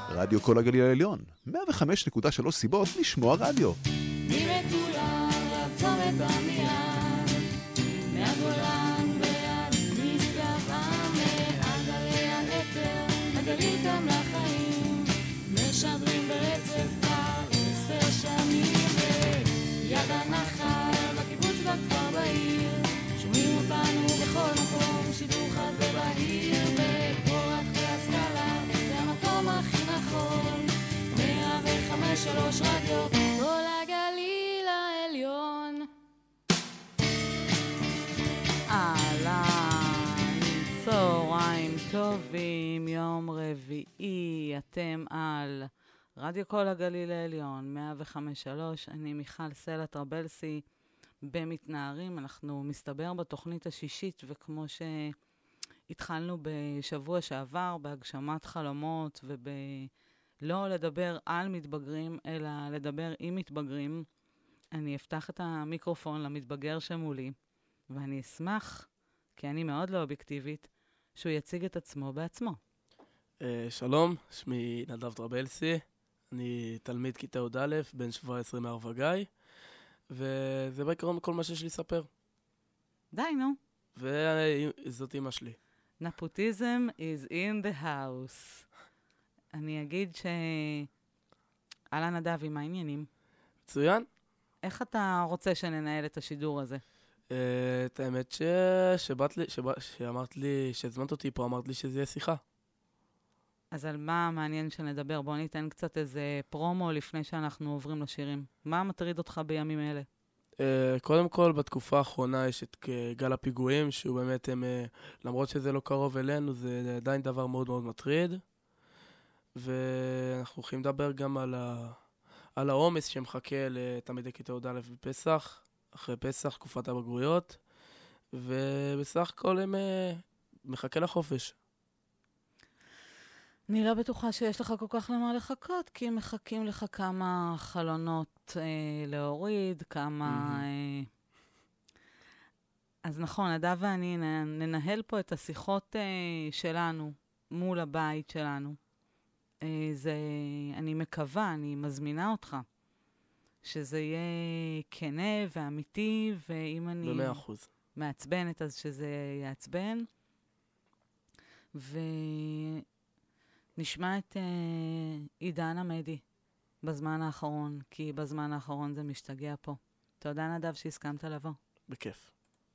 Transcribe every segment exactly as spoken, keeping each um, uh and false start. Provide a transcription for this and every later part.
רדיו כל הגליל העליון, מאה וחמש נקודה שלוש סיבות לשמוע רדיו. ממטולה לצומת עמיעד, מהגולן ועד משגב עד עלי היתר, הגליל קם לחיים, משדרים ברצף קר, עשר שנים ויד הנחל, בקיבוץ בכפר בעיר, שומעים אותנו בכל מקום, שידור חד ובהיר, בכוח והשכלה, זה המקום הכי נכון, מאה וחמש שלוש רדיו, כל הגליל העליון. אהלן, צהריים טובים, יום רביעי, אתם על רדיו כל הגליל העליון, מאה וחמש שלוש, אני מיכל סלע טרבלסי, במתנערים. אנחנו מסתבר בתוכנית השישית, וכמו שהתחלנו בשבוע שעבר, בהגשמת חלומות ובלא לדבר על מתבגרים, אלא לדבר עם מתבגרים, אני אפתח את המיקרופון למתבגר שמולי, ואני אשמח, כי אני מאוד לא אובייקטיבית, שהוא יציג את עצמו בעצמו. Uh, שלום, שמי נדב טרבלסי, אני תלמיד כיתה י' א', בן שבע עשרה מערבה גיא, וזה בעיקרון כל מה שיש לי לספר. די, נו. וזאת אמא שלי. נפוטיזם is in the house. אני אגיד ש... אהלן נדב, עם העניינים. מצוין. איך אתה רוצה שננהל את השידור הזה? Uh, את האמת ש... שבאת לי, שבא... שאמרת לי, שהזמנת אותי פה, אמרת לי שזה יהיה שיחה. אז על מה מעניין שנדבר? בוא ניתן קצת איזה פרומו לפני שאנחנו עוברים לשירים. מה מטריד אותך בימים אלה? Uh, קודם כל, בתקופה האחרונה יש את גל הפיגועים, שהוא באמת, הם, uh, למרות שזה לא קרוב אלינו, זה עדיין דבר מאוד מאוד מטריד. ואנחנו הולכים לדבר גם על, ה... על העומס שמחכה לתלמידי כיתה י' א' בפסח, אחרי פסח, תקופת הבגרויות, ובסך הכל הם uh, מחכה לחופש. אני לא בטוחה שיש לך כל כך למה לחכות, כי מחכים לך כמה חלונות אה, להוריד, כמה... אה... אז נכון, נדב ואני ננהל פה את השיחות אה, שלנו מול הבית שלנו. אה, זה, אני מקווה, אני מזמינה אותך, שזה יהיה כנה ואמיתי, ואם אני... במאה אחוז. מעצבנת, אז שזה יעצבן. ו... נשמע את uh, עידן עמדי בזמן האחרון, כי בזמן האחרון זה משתגע פה. תודה נדב שהסכמת לבוא. בכיף.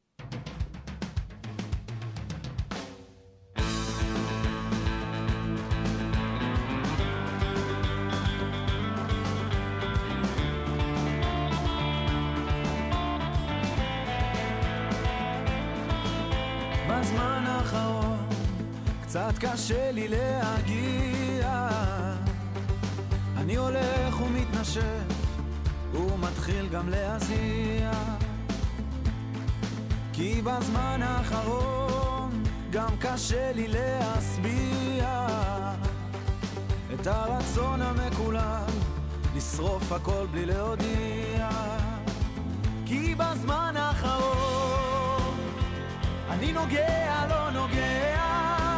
בזמן האחרון קצת קשה לי להגיע, אני הולך ומתנשף ומתחיל גם להזיע, כי בזמן האחרון גם קשה לי להסביע את הרצון המקולל לשרוף הכל בלי להודיע, כי בזמן האחרון אני נוגע לא נוגע,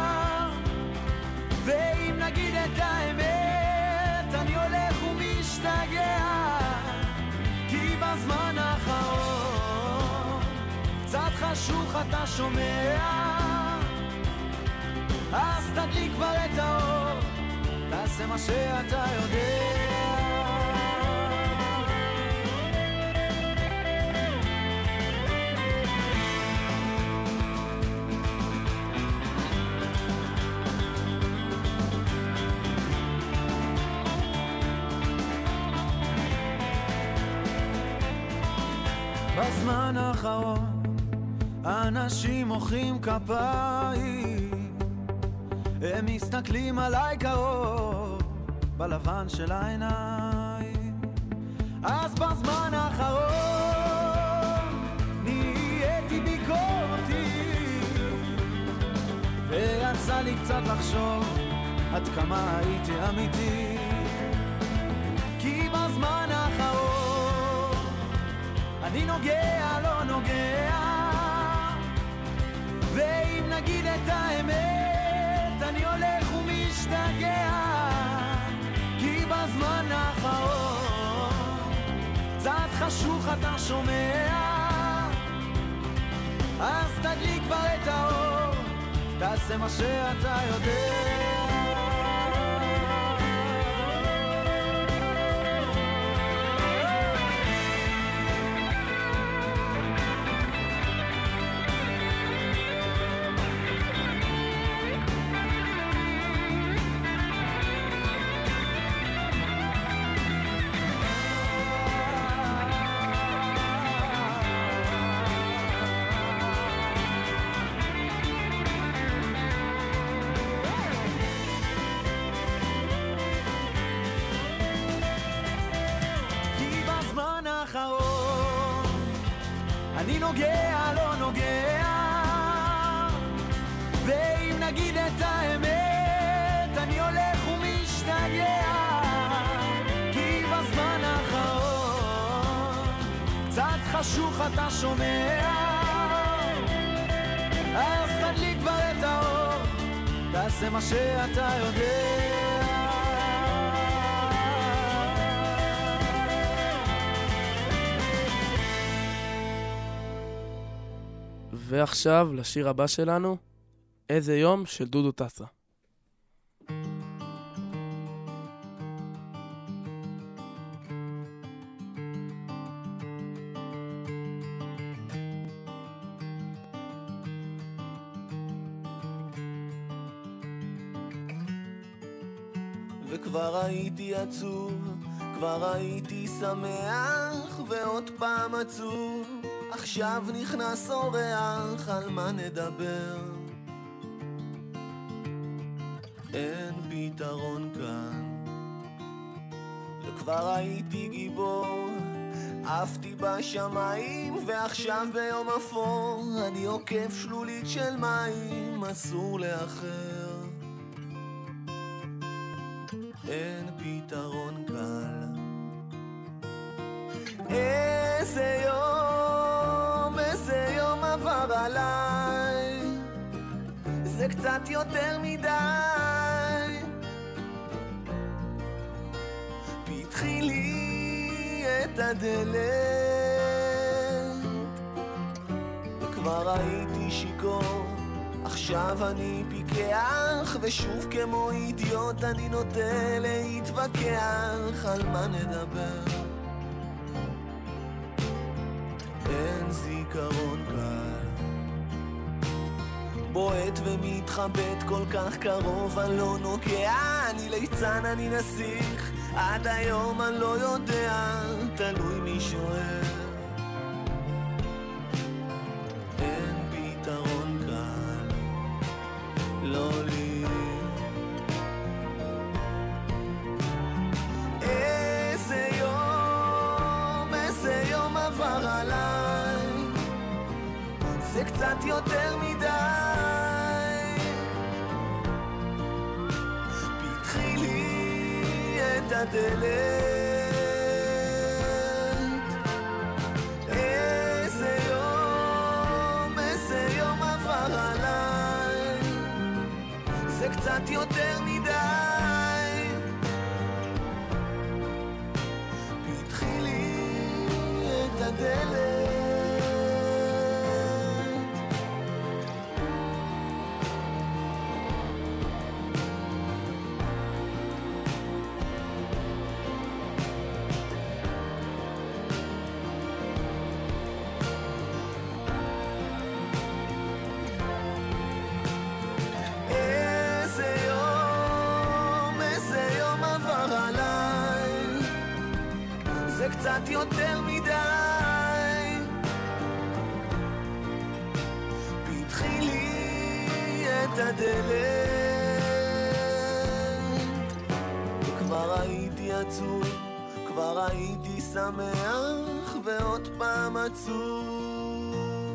ואם נגיד את האמת אני הולך ומשתגע, כי בזמן האחרון קצת חשוך אתה שומע, אז תדליק כבר את האור, תעשה מה שאתה יודע. בזמן האחרון אנשים מוחאים כפיים, הם מסתכלים עליי קרוב בלבן של העיניים, אז בזמן האחרון נהייתי ביקורתי, ויצא לי קצת לחשוב עד כמה הייתי אמיתי, כי בזמן האחרון אני נוגע לא נוגע, ואם נגיד את האמת אני הולך ומשתגע, בזמן האחרון קצת חשוך אתה שומע, אז תדליק כבר את האור, תעשה מה שאתה יודע. אני נוגע, לא נוגע, ואם נגיד את האמת, אני הולך ומשתגע, כי בזמן האחרון קצת חשוך אתה שומע, אז תדליק כבר את האור, תעשה מה שאתה יודע. ועכשיו לשיר הבא שלנו, איזה יום של דודו טסה. וכבר הייתי עצוב, כבר הייתי שמח, ועוד פעם עצוב, עכשיו נכנס אורח, על מה נדבר? אין פתרון כאן. וכבר הייתי גיבור, עפתי בשמיים, ועכשיו ביום אפור אני עוקף שלולית של מים, אסור לאחר. אין פתרון קל. איזה יום, איזה יום עבר עליי, זה קצת יותר מדי. פתחי לי את הדלת, וכבר הייתי שיקור, עכשיו אני פיקח, ושוב כמו אידיוט אני נוטה להתווכח, על מה נדבר? אין זיכרון קל, בועט ומתחבט כל כך קרוב, אני לא נוגע, אני ליצן, אני נסיך, עד היום אני לא יודע, תלוי מי שואל. אין פתרון קל, לא לי. איזה יום, איזה יום עבר עליי, זה קצת יותר מדי. פתחי לי את הדלת, איזה יום, איזה יום עבר עליי, זה קצת יותר מדי. פתחי לי את הדלת. קצת יותר מדי. פתחי לי את הדלת, כבר הייתי עצוב, כבר הייתי שמח, ועוד פעם עצוב.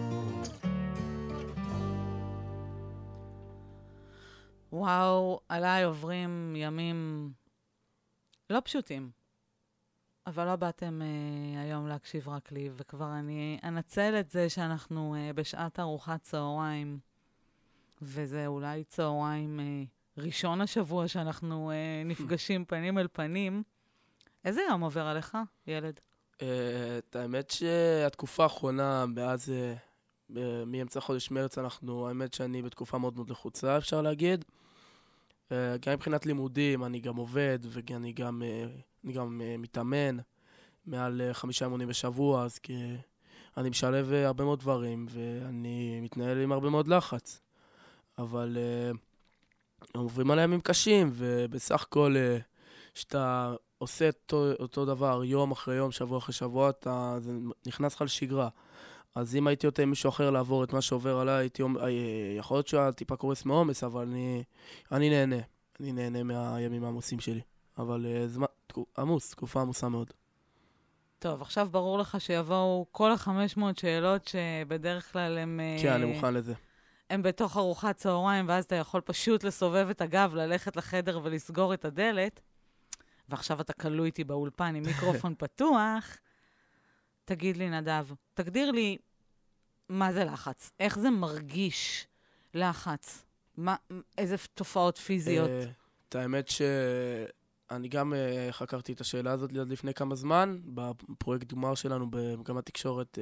וואו, עליי עוברים ימים לא פשוטים. אבל לא באתם אה, היום להקשיב רק לי, וכבר אני אנצל את זה שאנחנו אה, בשעת ארוחת צהריים, וזה אולי צהריים אה, ראשון השבוע שאנחנו אה, נפגשים פנים אל פנים, איזה יום עובר עליך, ילד? את האמת שהתקופה האחרונה, מאז, מאמצע חודש מרץ, אנחנו, האמת שאני בתקופה מאוד מאוד לחוצה, אפשר להגיד. גם מבחינת לימודים, אני גם עובד, ואני גם, אני גם מתאמן מעל חמישה אימונים בשבוע, אז כי אני משלב הרבה מאוד דברים, ואני מתנהל עם הרבה מאוד לחץ. אבל הם עוברים על ימים קשים, ובסך הכל, שאתה עושה אותו, אותו דבר יום אחרי יום, שבוע אחרי שבוע, אתה, זה נכנס לך לשגרה. אז אם הייתי יותר מישהו אחר לעבור את מה שעובר עליי, הייתי, יכול להיות שהוא טיפה קורס מעומס, אבל אני, אני נהנה. אני נהנה מהימים העמוסים שלי. אבל זמן, עמוס, תקופה עמוסה מאוד. טוב, עכשיו ברור לך שיבואו כל ה-חמש מאות שאלות שבדרך כלל הם... כן, אני מוכן לזה. הם בתוך ארוחת צהריים, ואז אתה יכול פשוט לסובב את הגב, ללכת לחדר ולסגור את הדלת. ועכשיו אתה קלו איתי באולפן עם מיקרופון פתוח. תגיד לי, נדב, תגדיר לי מה זה לחץ. איך זה מרגיש לחץ? מה, איזה תופעות פיזיות? את האמת שאני גם חקרתי את השאלה הזאת לפני כמה זמן, בפרויקט דומר שלנו במגמת תקשורת,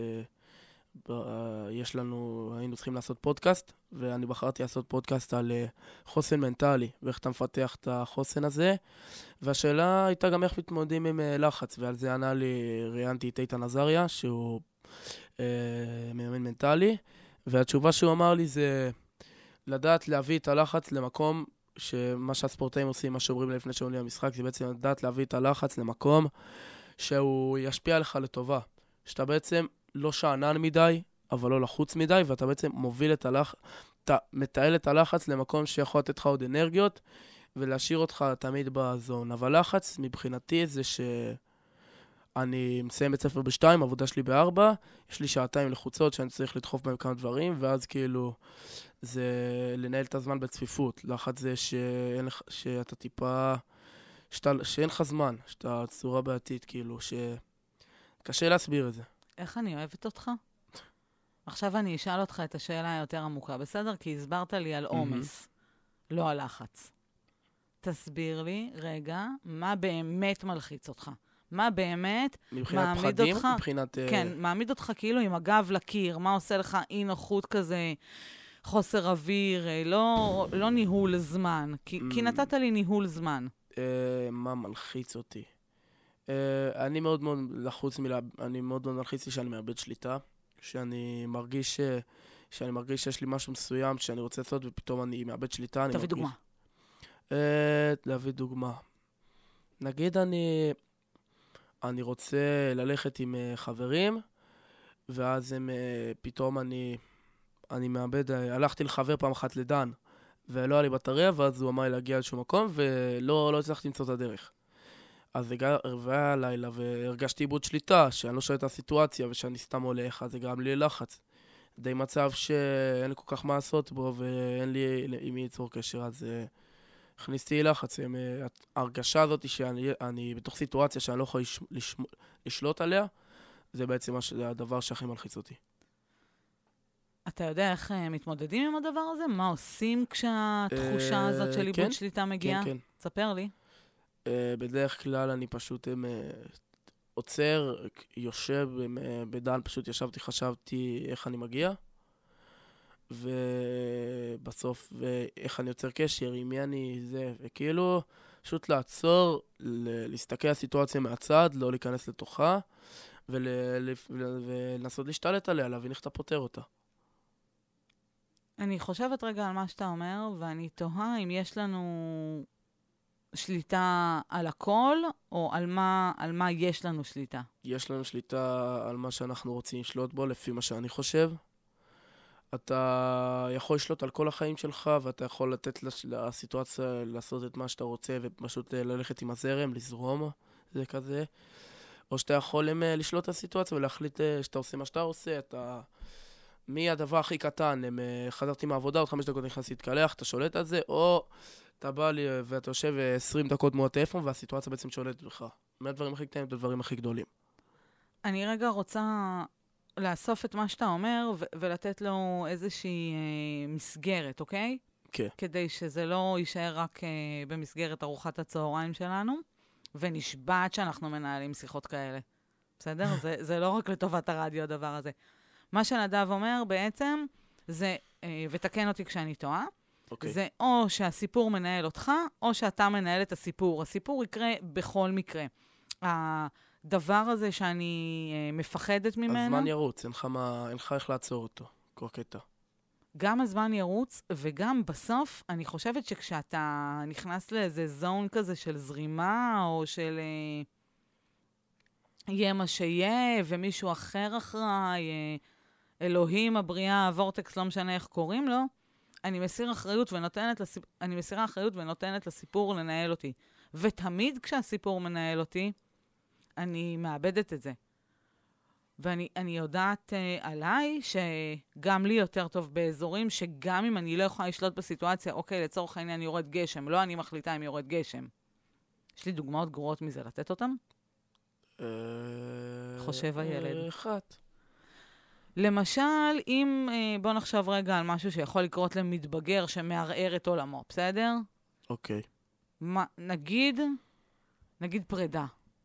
יש לנו, היינו צריכים לעשות פודקאסט, ואני בחרתי לעשות פודקאסט על חוסן מנטלי, ואיך אתה מפתח את החוסן הזה, והשאלה הייתה גם איך מתמודדים עם לחץ, ועל זה ענה לי, ראיינתי את איתן עזריה, שהוא אה, מאמן מנטלי, והתשובה שהוא אמר לי זה לדעת להביא את הלחץ למקום, שמה שהספורטאים עושים, מה שאומרים לפני שעולים למשחק, זה בעצם לדעת להביא את הלחץ למקום, שהוא ישפיע לך לטובה, שאתה בעצם לא שענן מדי, אבל לא לחוץ מדי, ואתה בעצם מוביל את הלחץ, אתה מתעל את הלחץ למקום שיכול לתת לך עוד אנרגיות, ולהשאיר אותך תמיד בזון. אבל לחץ מבחינתי זה שאני מסיים בית ספר בשתיים, עבודה שלי בארבע, יש לי שעתיים לחוצות שאני צריך לדחוף בהם כמה דברים, ואז כאילו זה לנהל את הזמן בצפיפות. לחץ זה שאין לך, שאתה טיפה, שאתה, שאין לך זמן, שאתה צורה בעתיד, כאילו, שקשה להסביר את זה. איך אני אוהבת אותך? עכשיו אני אשאל אותך את השאלה היותר עמוקה, בסדר? כי הסברת לי על אומס, mm-hmm. לא על לחץ. תסביר לי, רגע, מה באמת מלחיץ אותך? מה באמת מבחינת פחדים? אותך, מבחינת... כן, uh... מעמיד אותך כאילו עם הגב לקיר, מה עושה לך אי נוחות כזה, חוסר אוויר, לא, לא ניהול זמן, כי, mm. כי נתת לי ניהול זמן. Uh, מה מלחיץ אותי? Uh, אני מאוד מאוד לחוץ מילה, אני מאוד מאוד מלחיץ לי שאני מאבד שליטה, שאני מרגיש, ש... שאני מרגיש שיש לי משהו מסוים שאני רוצה לעשות ופתאום אני מאבד שליטה. תביא דוגמה. Uh, להביא דוגמה. נגיד אני, אני רוצה ללכת עם uh, חברים, ואז הם, uh, פתאום אני, אני מאבד, uh, הלכתי לחבר פעם אחת לדן, ולא היה לי בטריה, ואז הוא אמר לי להגיע לאיזשהו מקום, ולא לא הצלחתי למצוא את הדרך. אז היה הלילה, והרגשתי איבוד שליטה, שאני לא שואל את הסיטואציה, ושאני סתם הולך, אז זה גרם לי לחץ. די מצב שאין לי כל כך מה לעשות בו, ואין לי עם מי ליצור קשר, אז uh, הכניסתי לחץ. עם, uh, ההרגשה הזאת שאני אני, בתוך סיטואציה שאני לא יכול לש, לש, לשלוט עליה, זה בעצם הדבר שהכי מלחיץ אותי. אתה יודע איך uh, מתמודדים עם הדבר הזה? מה עושים כשהתחושה uh, הזאת של איבוד כן? שליטה מגיעה? כן, כן. תספר לי. Uh, בדרך כלל אני פשוט um, uh, עוצר, יושב um, uh, בדן, פשוט ישבתי, חשבתי איך אני מגיע, ובסוף uh, איך אני יוצר קשר, עם מי אני זה, וכאילו פשוט לעצור, ל- להסתכל על הסיטואציה מהצד, לא להיכנס לתוכה, ול- ול- ולנסות להשתלט עליה, להבין איך אתה פותר אותה. אני חושבת רגע על מה שאתה אומר, ואני תוהה אם יש לנו שליטה על הכל, או על מה, על מה יש לנו שליטה. יש לנו שליטה על מה שאנחנו רוצים לשלוט בו, לפי מה שאני חושב. אתה יכול לשלוט על כל החיים שלך, ואתה יכול לתת לש... לסיטואציה לעשות את מה שאתה רוצה, ופשוט ללכת עם הזרם, לזרום, זה כזה. או שאתה יכול הם, לשלוט על הסיטואציה ולהחליט שאתה עושה מה שאתה עושה, אתה... מי הדבר הכי קטן, הם, חזרתי מהעבודה, עוד חמש דקות נכנס להתקלח, אתה שולט על זה, או אתה בא לי ואתה יושב עשרים דקות מול הטלפון, והסיטואציה בעצם שולטת בך. מהדברים הכי קטנים, הדברים הכי גדולים. אני רגע רוצה לאסוף את מה שאתה אומר, ו- ולתת לו איזושהי אה, מסגרת, אוקיי? כן. כדי שזה לא יישאר רק אה, במסגרת ארוחת הצהריים שלנו. ונשבעת שאנחנו מנהלים שיחות כאלה. בסדר? זה, זה לא רק לטובת הרדיו הדבר הזה. מה שנדב אומר בעצם, זה, ותקן אותי כשאני טועה, okay. זה או שהסיפור מנהל אותך, או שאתה מנהל את הסיפור. הסיפור יקרה בכל מקרה. הדבר הזה שאני מפחדת ממנו... הזמן ירוץ, אין לך, מה, אין לך איך לעצור אותו, כל קטע. גם הזמן ירוץ, וגם בסוף, אני חושבת שכשאתה נכנס לאיזה זון כזה של זרימה, או של... יהיה מה שיהיה, ומישהו אחר אחראי, אלוהים, הבריאה, הוורטקס, לא משנה איך קוראים לו, אני מסיר אחריות ונותנת לסיפ... אני מסירה אחריות ונותנת לסיפור לנהל אותי. ותמיד כשהסיפור מנהל אותי, אני מאבדת את זה. ואני אני יודעת uh, עליי שגם לי יותר טוב באזורים שגם אם אני לא יכולה לשלוט בסיטואציה, אוקיי, לצורך העניין יורד גשם, לא אני מחליטה אם יורד גשם. יש לי דוגמאות גרועות מזה לתת אותם? חושב הילד. אחת. למשל, אם, בוא נחשב רגע על משהו שיכול לקרות למתבגר שמערער את עולמו, בסדר? אוקיי. מה, נגיד, נגיד פרידה.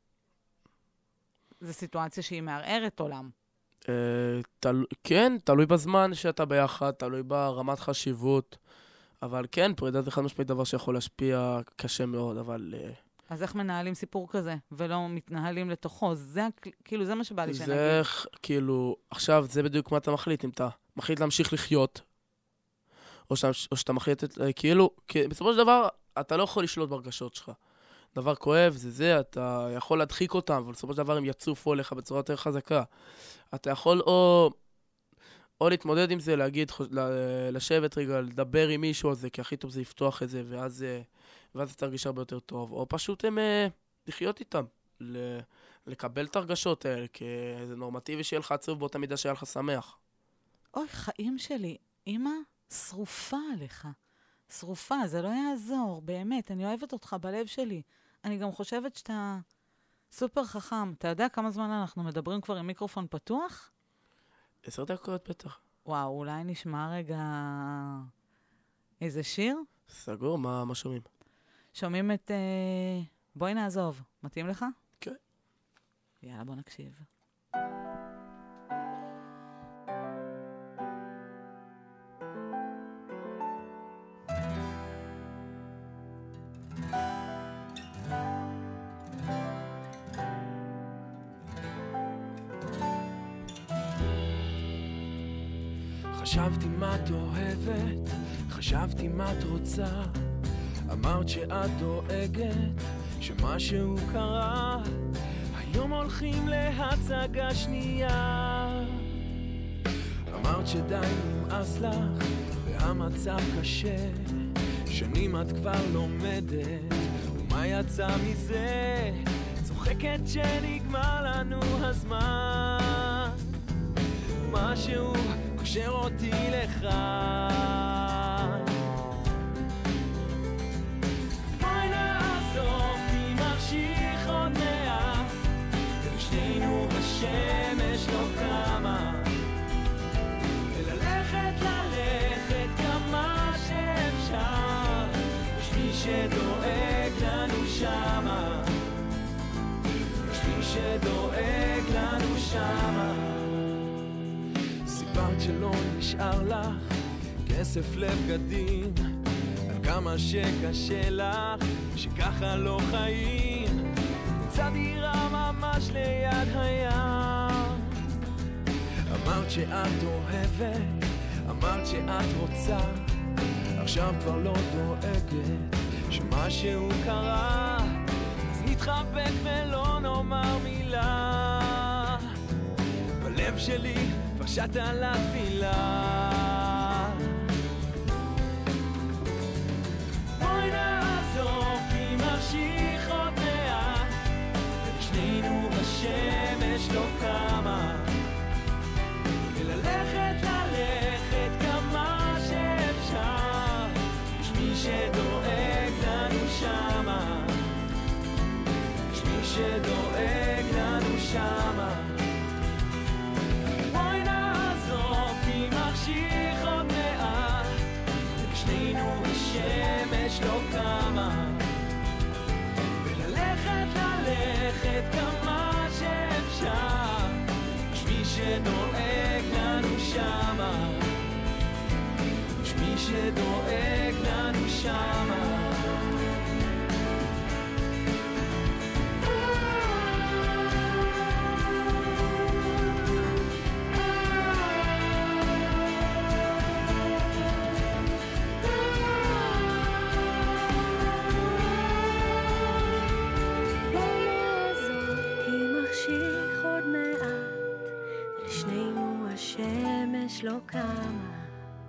זו סיטואציה שהיא מערערת עולם. כן, תלוי בזמן שאתה ביחד, תלוי ברמת חשיבות, אבל כן, פרידה זה חד משמעית דבר שיכול להשפיע קשה מאוד, אבל... אז איך מנהלים סיפור כזה, ולא מתנהלים לתוכו? זה, כאילו, זה מה שבא לי שנגיד. זה, כאילו, עכשיו, זה בדיוק מה אתה מחליט, אם אתה מחליט להמשיך לחיות, או שאתה, או שאתה מחליט, כאילו, כי בסופו של דבר, אתה לא יכול לשלוט ברגשות שלך. דבר כואב, זה זה, אתה יכול להדחיק אותם, אבל בסופו של דבר הם יצופו עליך בצורה יותר חזקה. אתה יכול או, או להתמודד עם זה, להגיד, לשבת רגע, לדבר עם מישהו על זה, כי הכי טוב זה לפתוח את זה, ואז... ואז אתה תרגיש הרבה יותר טוב, או פשוט הם uh, לחיות איתם, ל- לקבל את הרגשות האלה, כי זה נורמטיבי שיהיה לך עצוב באותה מידה שיהיה לך שמח. אוי, חיים שלי, אמא, שרופה עליך. שרופה, זה לא יעזור, באמת, אני אוהבת אותך בלב שלי. אני גם חושבת שאתה סופר חכם. אתה יודע כמה זמן אנחנו מדברים כבר עם מיקרופון פתוח? עשר דקות בטח. וואו, אולי נשמע רגע איזה שיר? סגור, מה, מה שומעים? שומעים את... אה, בואי נעזוב. מתאים לך? כן. יאללה, בוא נקשיב. חשבתי מה את אוהבת, חשבתי מה את רוצה, אמרת שאת דואגת, שמשהו קרה, היום הולכים להצגה שנייה. אמרת שדי נמאס לך, והמצב קשה, שנים את כבר לומדת, ומה יצא מזה? צוחקת שנגמר לנו הזמן, משהו קושר אותי לך. בואי נעזוב כי ממשיך עוד מעט, ושנינו השמש לא קמה, וללכת ללכת כמה שאפשר, יש מי שדואג לנו שמה, יש מי שדואג לנו שמה. סיפרת שלא נשאר לך כסף לבגדים, על כמה שקשה לך, שככה לא חיים, נמצא דירה ממש ליד הים. אמרת שאת אוהבת, אמרת שאת רוצה, עכשיו כבר לא דואגת, שמשהו קרה, אז נתחבק ולא נאמר מילה, בלב שלי פשט על התפילה. בואי נעזוב כי ממשיך עוד מעט, ושנינו השמש לא קמה, וללכת ללכת כמה שאפשר, יש מי שדואג לנו שמה, יש מי שדואג לנו שמה. שמש לא קמה, וללכת ללכת כמה שאפשר, יש מי שדואג לנו שמה, יש מי שדואג לנו שמה. לא כמה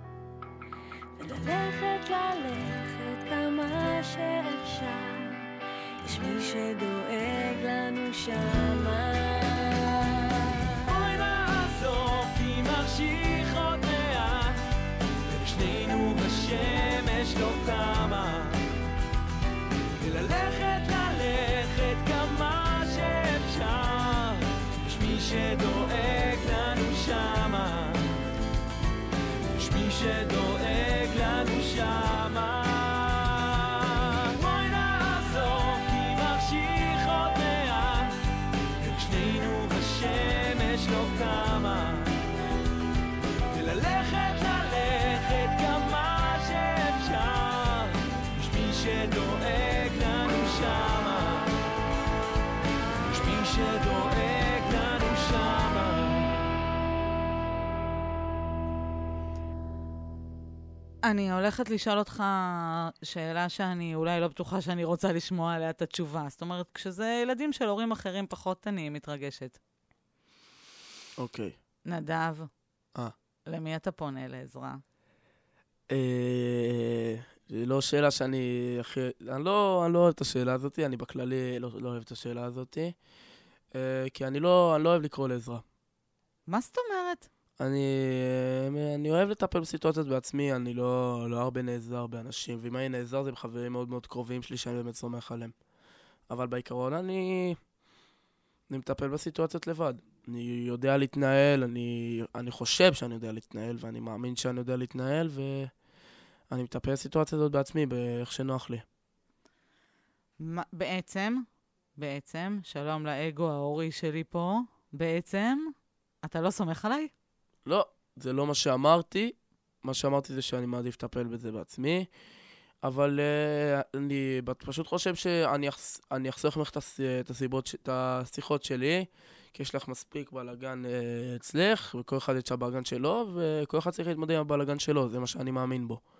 וללכת ללכת כמה שאפשר, יש מי שדואג לנו שמה. בואי נעזור כי מחשיך עוד מעט, ולשנינו השמש לא קמה, וללכת ללכת כמה שאפשר, יש מי שדואג לנו שמה, מי שדואג לנו שמה. בואי נעזור כי מחשיך עוד מעט, ושנינו השמש לא קמה, וללכת ללכת כמה שאפשר, יש מי שדואג לנו שמה, יש מי שדואג לנו שמה. אני הולכת לשאול אותך שאלה שאני אולי לא בטוחה שאני רוצה לשמוע עליה את התשובה. זאת אומרת, כשזה ילדים של הורים אחרים פחות אני מתרגשת. אוקיי. נדב, אה. למי אתה פונה לעזרה? אה, זה לא שאלה שאני הכי... אני לא, אני לא אוהב את השאלה הזאת, אני בכללי לא, לא אוהב את השאלה הזאת, אה, כי אני לא, אני לא אוהב לקרוא לעזרה. מה זאת אומרת? אני, אני אוהב לטפל בסיטואציות בעצמי, אני לא, לא הרבה נעזר באנשים, ואם אני נעזר זה בחברים מאוד מאוד קרובים שלי שאני באמת סומך עליהם. אבל בעיקרון אני, אני מטפל בסיטואציות לבד. אני יודע להתנהל, אני, אני חושב שאני יודע להתנהל, ואני מאמין שאני יודע להתנהל, ואני מטפל בסיטואציות הזאת בעצמי, באיך שנוח לי. מה, בעצם, בעצם, שלום לאגו ההורי שלי פה, בעצם, אתה לא סומך עליי? לא, זה לא מה שאמרתי. מה שאמרתי זה שאני מעדיף לטפל בזה בעצמי. אבל uh, אני פשוט חושב שאני אחס, אני אחסוך ממך את הסיבות, את השיחות שלי, כי יש לך מספיק בלגן uh, אצלך, וכל אחד יש בלגן שלו, וכל אחד צריך להתמודד עם הבלגן שלו, זה מה שאני מאמין בו.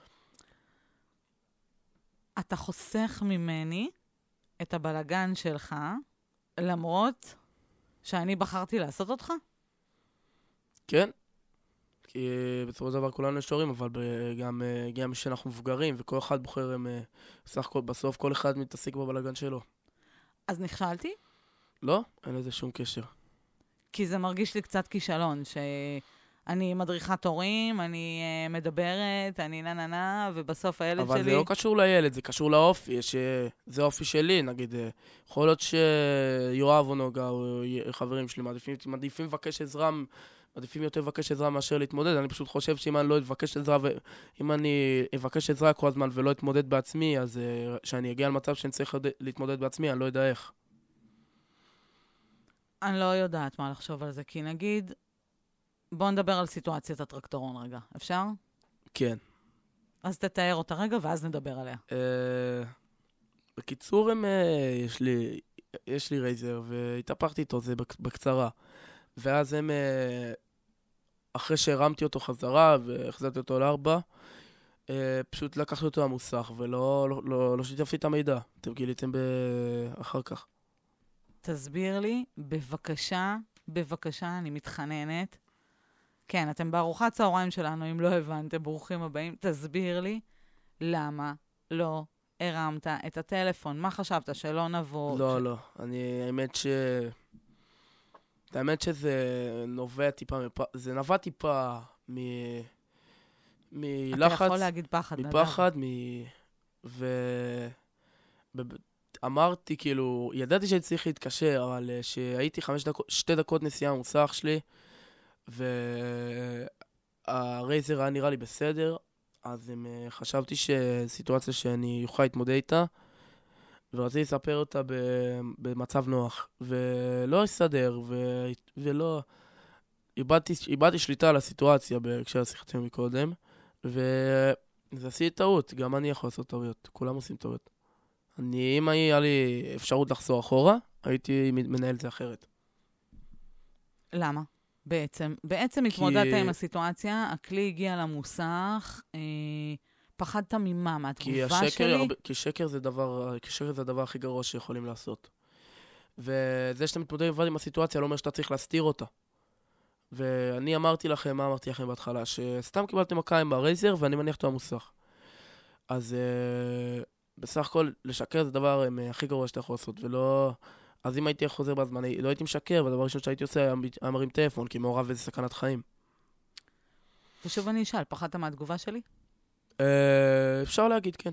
אתה חוסך ממני את הבלגן שלך, למרות שאני בחרתי לעשות אותך? כן, כי בסופו של דבר כולנו יש הורים, אבל גם, גם שאנחנו מבוגרים, וכל אחד בוחר, הם, בסך הכל, בסוף כל אחד מתעסק בבלגן שלו. אז נכשלתי? לא, אין לזה שום קשר. כי זה מרגיש לי קצת כישלון, שאני מדריכת הורים, אני uh, מדברת, אני נה נה נה, ובסוף הילד אבל שלי... אבל זה לא קשור לילד, זה קשור לאופי, יש, זה אופי שלי, נגיד, יכול להיות שיואב או נוגה, או חברים שלי, מעדיפים, מעדיפים לבקש עזרה, עדיפים יותר לבקש עזרה מאשר להתמודד. אני פשוט חושב שאם אני לא אבקש עזרה, ואם אני אבקש עזרה כל הזמן ולא אתמודד בעצמי, אז שאני אגיע למצב שאני צריך להתמודד בעצמי, אני לא יודע איך. אני לא יודעת מה לחשוב על זה, כי נגיד, בוא נדבר על סיטואציית הטרקטורון רגע, אפשר? כן. אז תתאר אותה רגע, ואז נדבר עליה. בקיצור, יש לי, יש לי רייזר, והתהפכתי איתו, זה בקצרה. ואז הם, אחרי שהרמתי אותו חזרה והחזרתי אותו לארבע, פשוט לקחתי אותו למוסך, ולא לא, לא, לא שיתפתי את המידע. אתם גיליתם אחר כך. תסביר לי, בבקשה, בבקשה, אני מתחננת. כן, אתם בארוחת צהריים שלנו, אם לא הבנתם, ברוכים הבאים. תסביר לי למה לא הרמת את הטלפון. מה חשבת, שלא נבוא? לא, ש... לא. אני, האמת ש... האמת שזה נובע טיפה, זה נבע טיפה מ... מלחץ. אתה יכול להגיד פחד, נדב. מפחד, מ... ו... אמרתי, כאילו, ידעתי שאני צריך להתקשר, אבל שהייתי חמש דקות, שתי דקות נסיעה במוסך שלי, והרייזר היה נראה לי בסדר, אז הם, חשבתי שסיטואציה שאני אוכל להתמודד איתה, ורציתי לספר אותה במצב נוח, ולא הסתדר, ולא... איבדתי שליטה על הסיטואציה כשעשיתם מקודם, וזה עשיתי טעות, גם אני יכול לעשות טעויות, כולם עושים טעויות. אני, אם היה לי אפשרות לחזור אחורה, הייתי מנהל את זה אחרת. למה? בעצם, בעצם כי... התמודדת עם הסיטואציה, הכלי הגיע למוסך, אה, פחדת ממה? מהתגובה כי שלי? הרבה, כי שקר זה דבר, כי שקר זה הדבר הכי גרוע שיכולים לעשות. וזה שאתה מתמודד לבד עם הסיטואציה, לא אומר שאתה צריך להסתיר אותה. ואני אמרתי לכם, מה אמרתי לכם בהתחלה? שסתם קיבלתם מכה עם הרייזר, ואני מניח אותו המוסך. אז אה, בסך הכל, לשקר זה דבר אה, הכי גרוע שאתה יכול לעשות, ולא... אז אם הייתי חוזר בזמן, לא הייתי משקר, והדבר הראשון שהייתי עושה היה מרים טלפון, כי מעורב איזה סכנת חיים. ושוב אני אשאל, פחדת מהתגובה שלי? אה, אפשר להגיד, כן.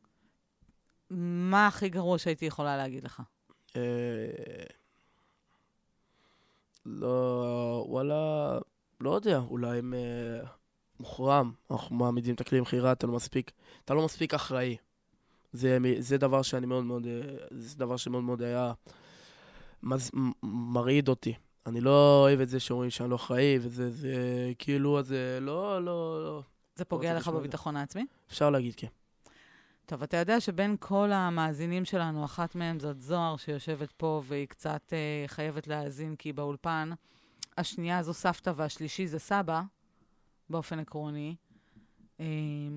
מה הכי גרוע שהייתי יכולה להגיד לך? אה, לא, וואלה, לא יודע, אולי הם אה, מוחרם, אנחנו מעמידים את הכלי למחירה, אתה לא מספיק, אתה לא מספיק אחראי. זה, זה דבר שאני מאוד מאוד, זה דבר שמאוד מאוד היה מז, מרעיד אותי. אני לא אוהב את זה שאומרים שאני לא אחראי, וזה, זה, כאילו, אז לא, לא, לא. זה פוגע לך בביטחון העצמי? אפשר להגיד, כן. טוב, אתה יודע שבין כל המאזינים שלנו, אחת מהם זאת זוהר שיושבת פה, והיא קצת אה, חייבת להאזין כי באולפן. השנייה זו סבתא והשלישי זה סבא, באופן עקרוני. אה,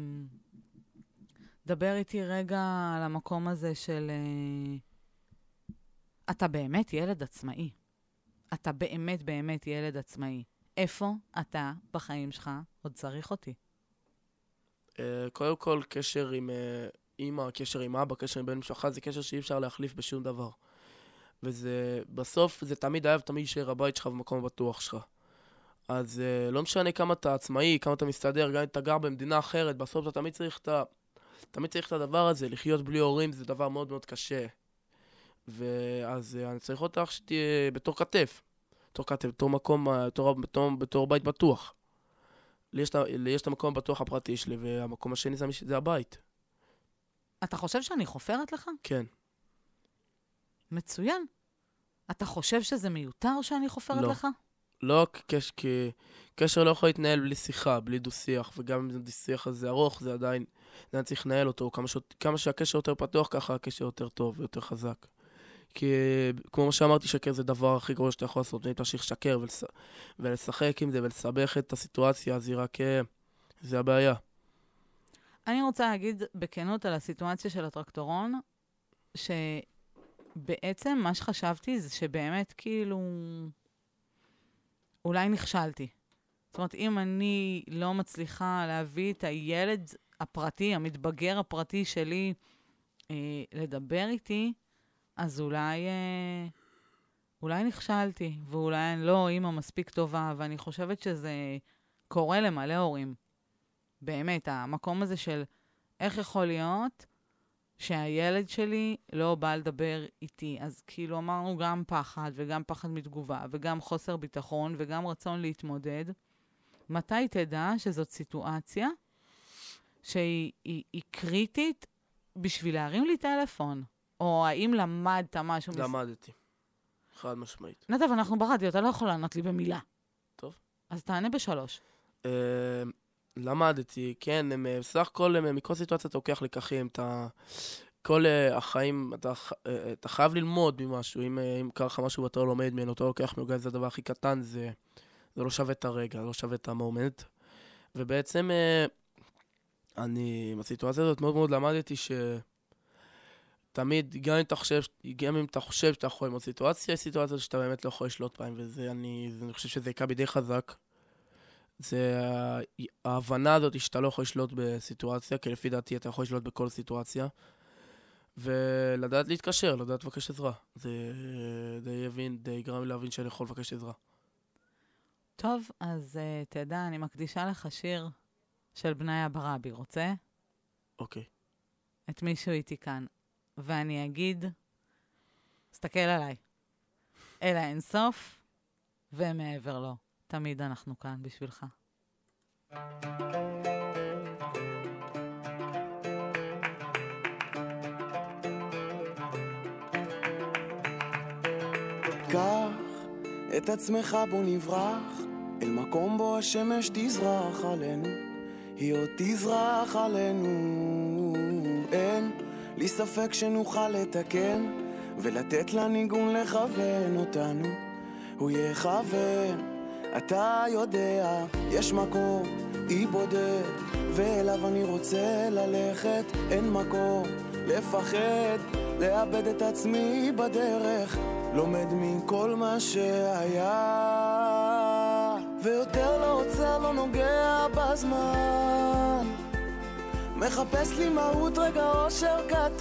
דבר איתי רגע על המקום הזה של... אה, אתה באמת ילד עצמאי. אתה באמת באמת ילד עצמאי. איפה אתה בחיים שלך עוד צריך אותי? קודם כל, קשר עם אמא, קשר עם אבא, קשר עם בן משפחה, זה קשר שאי אפשר להחליף בשום דבר. וזה, בסוף, זה תמיד אהב, תמיד יישאר הבית שלך במקום הבטוח שלך. אז לא משנה כמה אתה עצמאי, כמה אתה מסתדר, גם אם אתה גר במדינה אחרת, בסוף אתה תמיד צריך את, תמיד צריך את הדבר הזה, לחיות בלי הורים זה דבר מאוד מאוד קשה. ואז אני צריך אותך שתהיה בתור כתף, בתור כתף, בתור מקום, בתור, בתור, בתור בית בטוח. לי יש, לי יש את המקום הבטוח הפרטי שלי, והמקום השני זה, זה הבית. אתה חושב שאני חופרת לך? כן. מצוין. אתה חושב שזה מיותר שאני חופרת לא. לך? לא, כש, כי קשר לא יכול להתנהל בלי שיחה, בלי דו-שיח, וגם אם השיח הזה ארוך, זה עדיין, עדיין צריך לנהל אותו. כמה, ש, כמה שהקשר יותר פתוח, ככה הקשר יותר טוב ויותר חזק. כי כמו מה שאמרתי, שקר זה דבר הכי גרוע שאתה יכול לעשות. אם תמשיך לשקר ולס... ולשחק עם זה ולסבך את הסיטואציה, אז היא רק... זה הבעיה. אני רוצה להגיד בכנות על הסיטואציה של הטרקטורון, שבעצם מה שחשבתי זה שבאמת כאילו... אולי נכשלתי. זאת אומרת, אם אני לא מצליחה להביא את הילד הפרטי, המתבגר הפרטי שלי, אה, לדבר איתי, אז אולי, אה, אולי נכשלתי, ואולי אני לא אימא מספיק טובה, ואני חושבת שזה קורה למלא הורים. באמת, המקום הזה של איך יכול להיות שהילד שלי לא בא לדבר איתי. אז כאילו אמרנו גם פחד, וגם פחד מתגובה, וגם חוסר ביטחון, וגם רצון להתמודד. מתי תדע שזאת סיטואציה שהיא היא, היא קריטית בשביל להרים לי טלפון? או האם למדת משהו? למדתי. חד משמעית. נדב, אנחנו ברדיו, אתה לא יכול לענות לי במילה. טוב. אז תענה בשלוש. למדתי, כן, בסך הכל, מכל סיטואציה אתה לוקח לקחים, אתה... כל החיים, אתה, אתה חייב ללמוד ממשהו, אם, אם קרה לך משהו ואתה לא לומד ממנו, אתה לוקח מגע, זה הדבר הכי קטן, זה, זה לא שווה את הרגע, לא שווה את המומנט. ובעצם, אני, בסיטואציה הזאת מאוד מאוד למדתי ש... תמיד, גם אם אתה חושב, גם אם אתה חושב שאתה יכול ללמוד סיטואציה, יש סיטואציה שאתה באמת לא יכול לשלוט בהם, וזה, אני, אני חושב שזה יקע בי די חזק. זה ההבנה הזאת שאתה לא יכול לשלוט בסיטואציה, כי לפי דעתי אתה יכול לשלוט בכל סיטואציה, ולדעת להתקשר, לדעת לבקש עזרה. זה די יבין, די גרם לי להבין שאני יכול לבקש עזרה. טוב, אז uh, תדע, אני מקדישה לך שיר של בניה ברבי, רוצה? אוקיי. את מישהו איתי כאן. ואני אגיד, סתכל עליי. אל האינסוף ומעבר לו. תמיד אנחנו כאן בשבילך. קח את עצמך בוא נברח אל מקום בו השמש תזרח עלינו, היא עוד תזרח עלינו. אין לי ספק שנוכל לתקן ולתת לניגון לכוון אותנו, הוא יכוון. אתה יודע, יש מקום, אי בודד, ואליו אני רוצה ללכת. אין מקום לפחד, לאבד את עצמי בדרך, לומד מכל מה שהיה, ויותר לא עוצר, לא נוגע בזמן, מחפש לי מהות רגע אושר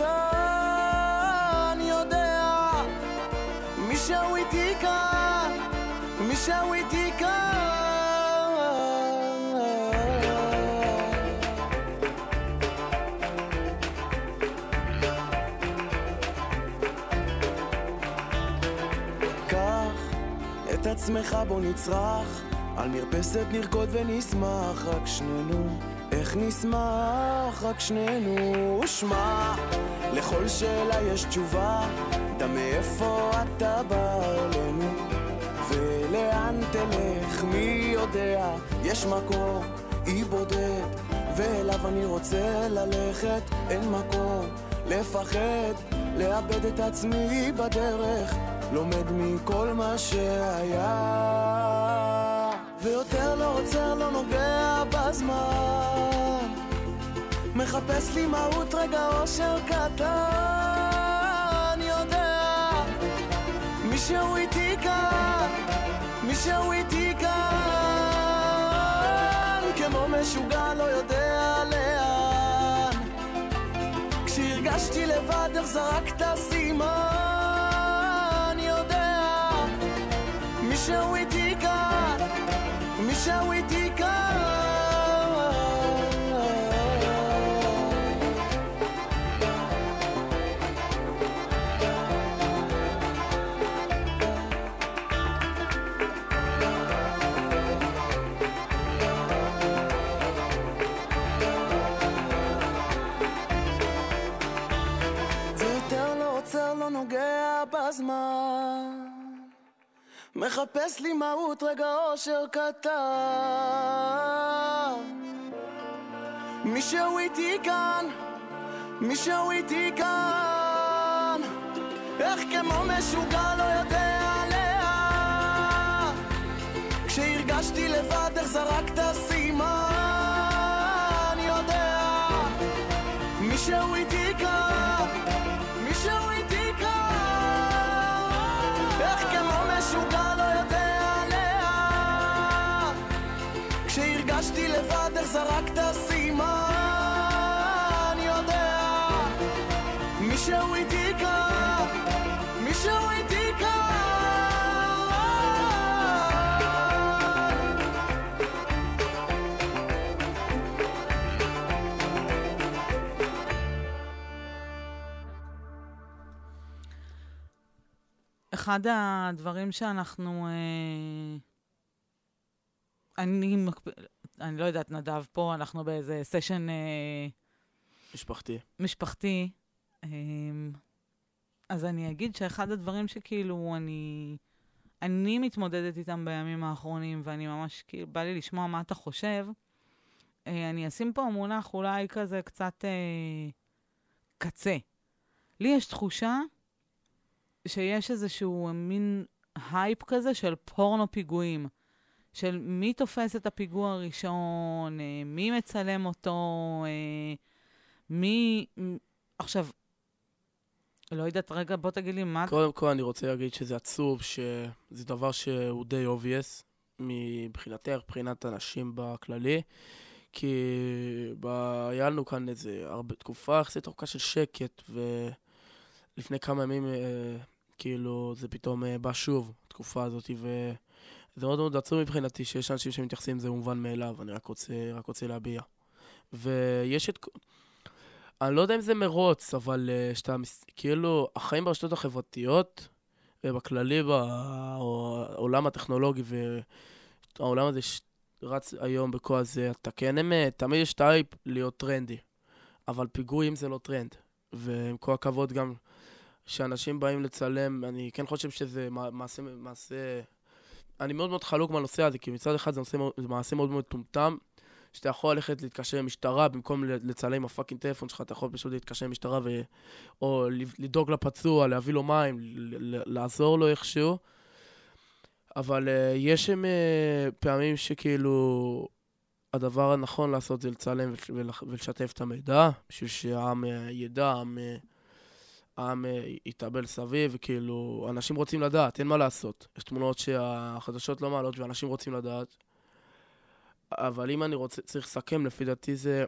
קטן. יודע מי שהוא איתי כאן, מי שהוא איתי כאן. את עצמך בוא נצרח, על מרפסת נרקוד ונשמח רק שנינו. איך נשמח רק שנינו. שמע, לכל שאלה יש תשובה, דע מאיפה אתה בא אלינו ולאן תלך, מי יודע. יש מקום, אי בודד, ואליו אני רוצה ללכת. אין מקום לפחד, לאבד את עצמי בדרך, לומד מכל מה שהיה, ויותר לא עוצר, לא נוגע בזמן, מחפש לי מהות רגע אושר קטן. יודע מי שהוא איתי כאן, מי שהוא איתי כאן, כמו משוגע לא יודע לאן. כשהרגשתי לבד איך זרקת סימן, יודע מי שהוא איתי כאן, מי שהוא איתי כאן. לא נוגע בזמן, מחפש לי מהות רגע אושר קטן. מי שהוא איתי כאן, מי שהוא איתי כאן, איך כמו משוגע לא יודע לאן. כשהרגשתי לבד איך זרקת סימן, יודע מי שהוא איתי כאן, מי שהוא איתי משוגע לא יודע לאן. כשהרגשתי לבד איך זרקת סימן, יודע מי שהוא איתי כאן, מי שהוא איתי כאן. אחד הדברים שאנחנו, אני, אני לא יודעת, נדב פה, אנחנו באיזה סשן משפחתי. משפחתי. אז אני אגיד שאחד הדברים שכאילו אני, אני מתמודדת איתם בימים האחרונים, ואני ממש, כאילו, בא לי לשמוע מה אתה חושב. אני אשים פה מונח אולי כזה קצת קצה. לי יש תחושה שיש איזשהו מין הייפ כזה של פורנו פיגועים, של מי תופס את הפיגוע הראשון, מי מצלם אותו, מי... עכשיו, לא יודעת, רגע, בוא תגיד לי מה... קודם כל אני רוצה להגיד שזה עצוב, שזה דבר שהוא די obvious, מבחינתך, מבחינת אנשים בכללי, כי היה לנו כאן איזה הרבה תקופה, יחסית ארוכה של שקט, ולפני כמה ימים... כאילו זה פתאום בא שוב, התקופה הזאת, וזה מאוד מאוד עצוב מבחינתי שיש אנשים שמתייחסים זה מובן מאליו, אני רק רוצה, רק רוצה להביע. ויש את... אני לא יודע אם זה מרוץ, אבל שאתה, כאילו, החיים ברשתות החברתיות, ובכללי בעולם הטכנולוגי, והעולם הזה רץ היום בכל הזה, אתה כן אמת, תמיד יש טייפ להיות טרנדי, אבל פיגועים זה לא טרנד, ועם כל הכבוד גם... שאנשים באים לצלם, אני כן חושב שזה מעשה, מעשה... אני מאוד מאוד חלוק מהנושא הזה, כי מצד אחד זה, נושא, זה מעשה מאוד מאוד טומטם, שאתה יכול ללכת להתקשר למשטרה, במקום לצלם עם הפאקינג טלפון שלך, אתה יכול פשוט להתקשר למשטרה, ו... או לדאוג לפצוע, להביא לו מים, לעזור לו איכשהו. אבל uh, יש שם uh, פעמים שכאילו הדבר הנכון לעשות זה לצלם ולשתף את המידע, בשביל שהעם uh, ידע, העם, uh, העם uh, יתאבל סביב, וכאילו אנשים רוצים לדעת, אין מה לעשות. יש תמונות שהחדשות לא מעלות ואנשים רוצים לדעת. אבל אם אני רוצה, צריך לסכם, לפי דעתי זה,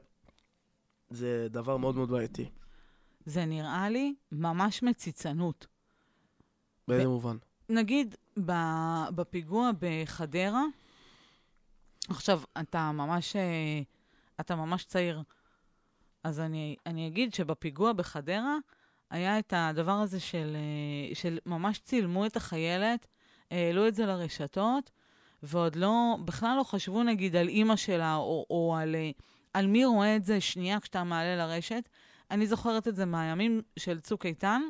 זה דבר מאוד מאוד בעייתי. זה נראה לי ממש מציצנות. באיזה ב- מובן? נגיד, בפיגוע בחדרה, עכשיו, אתה ממש, אתה ממש צעיר, אז אני, אני אגיד שבפיגוע בחדרה, היה את הדבר הזה של, של ממש צילמו את החיילת, העלו את זה לרשתות, ועוד לא, בכלל לא חשבו נגיד על אימא שלה, או, או על, על מי רואה את זה שנייה כשאתה מעלה לרשת. אני זוכרת את זה מהימים של צוק איתן,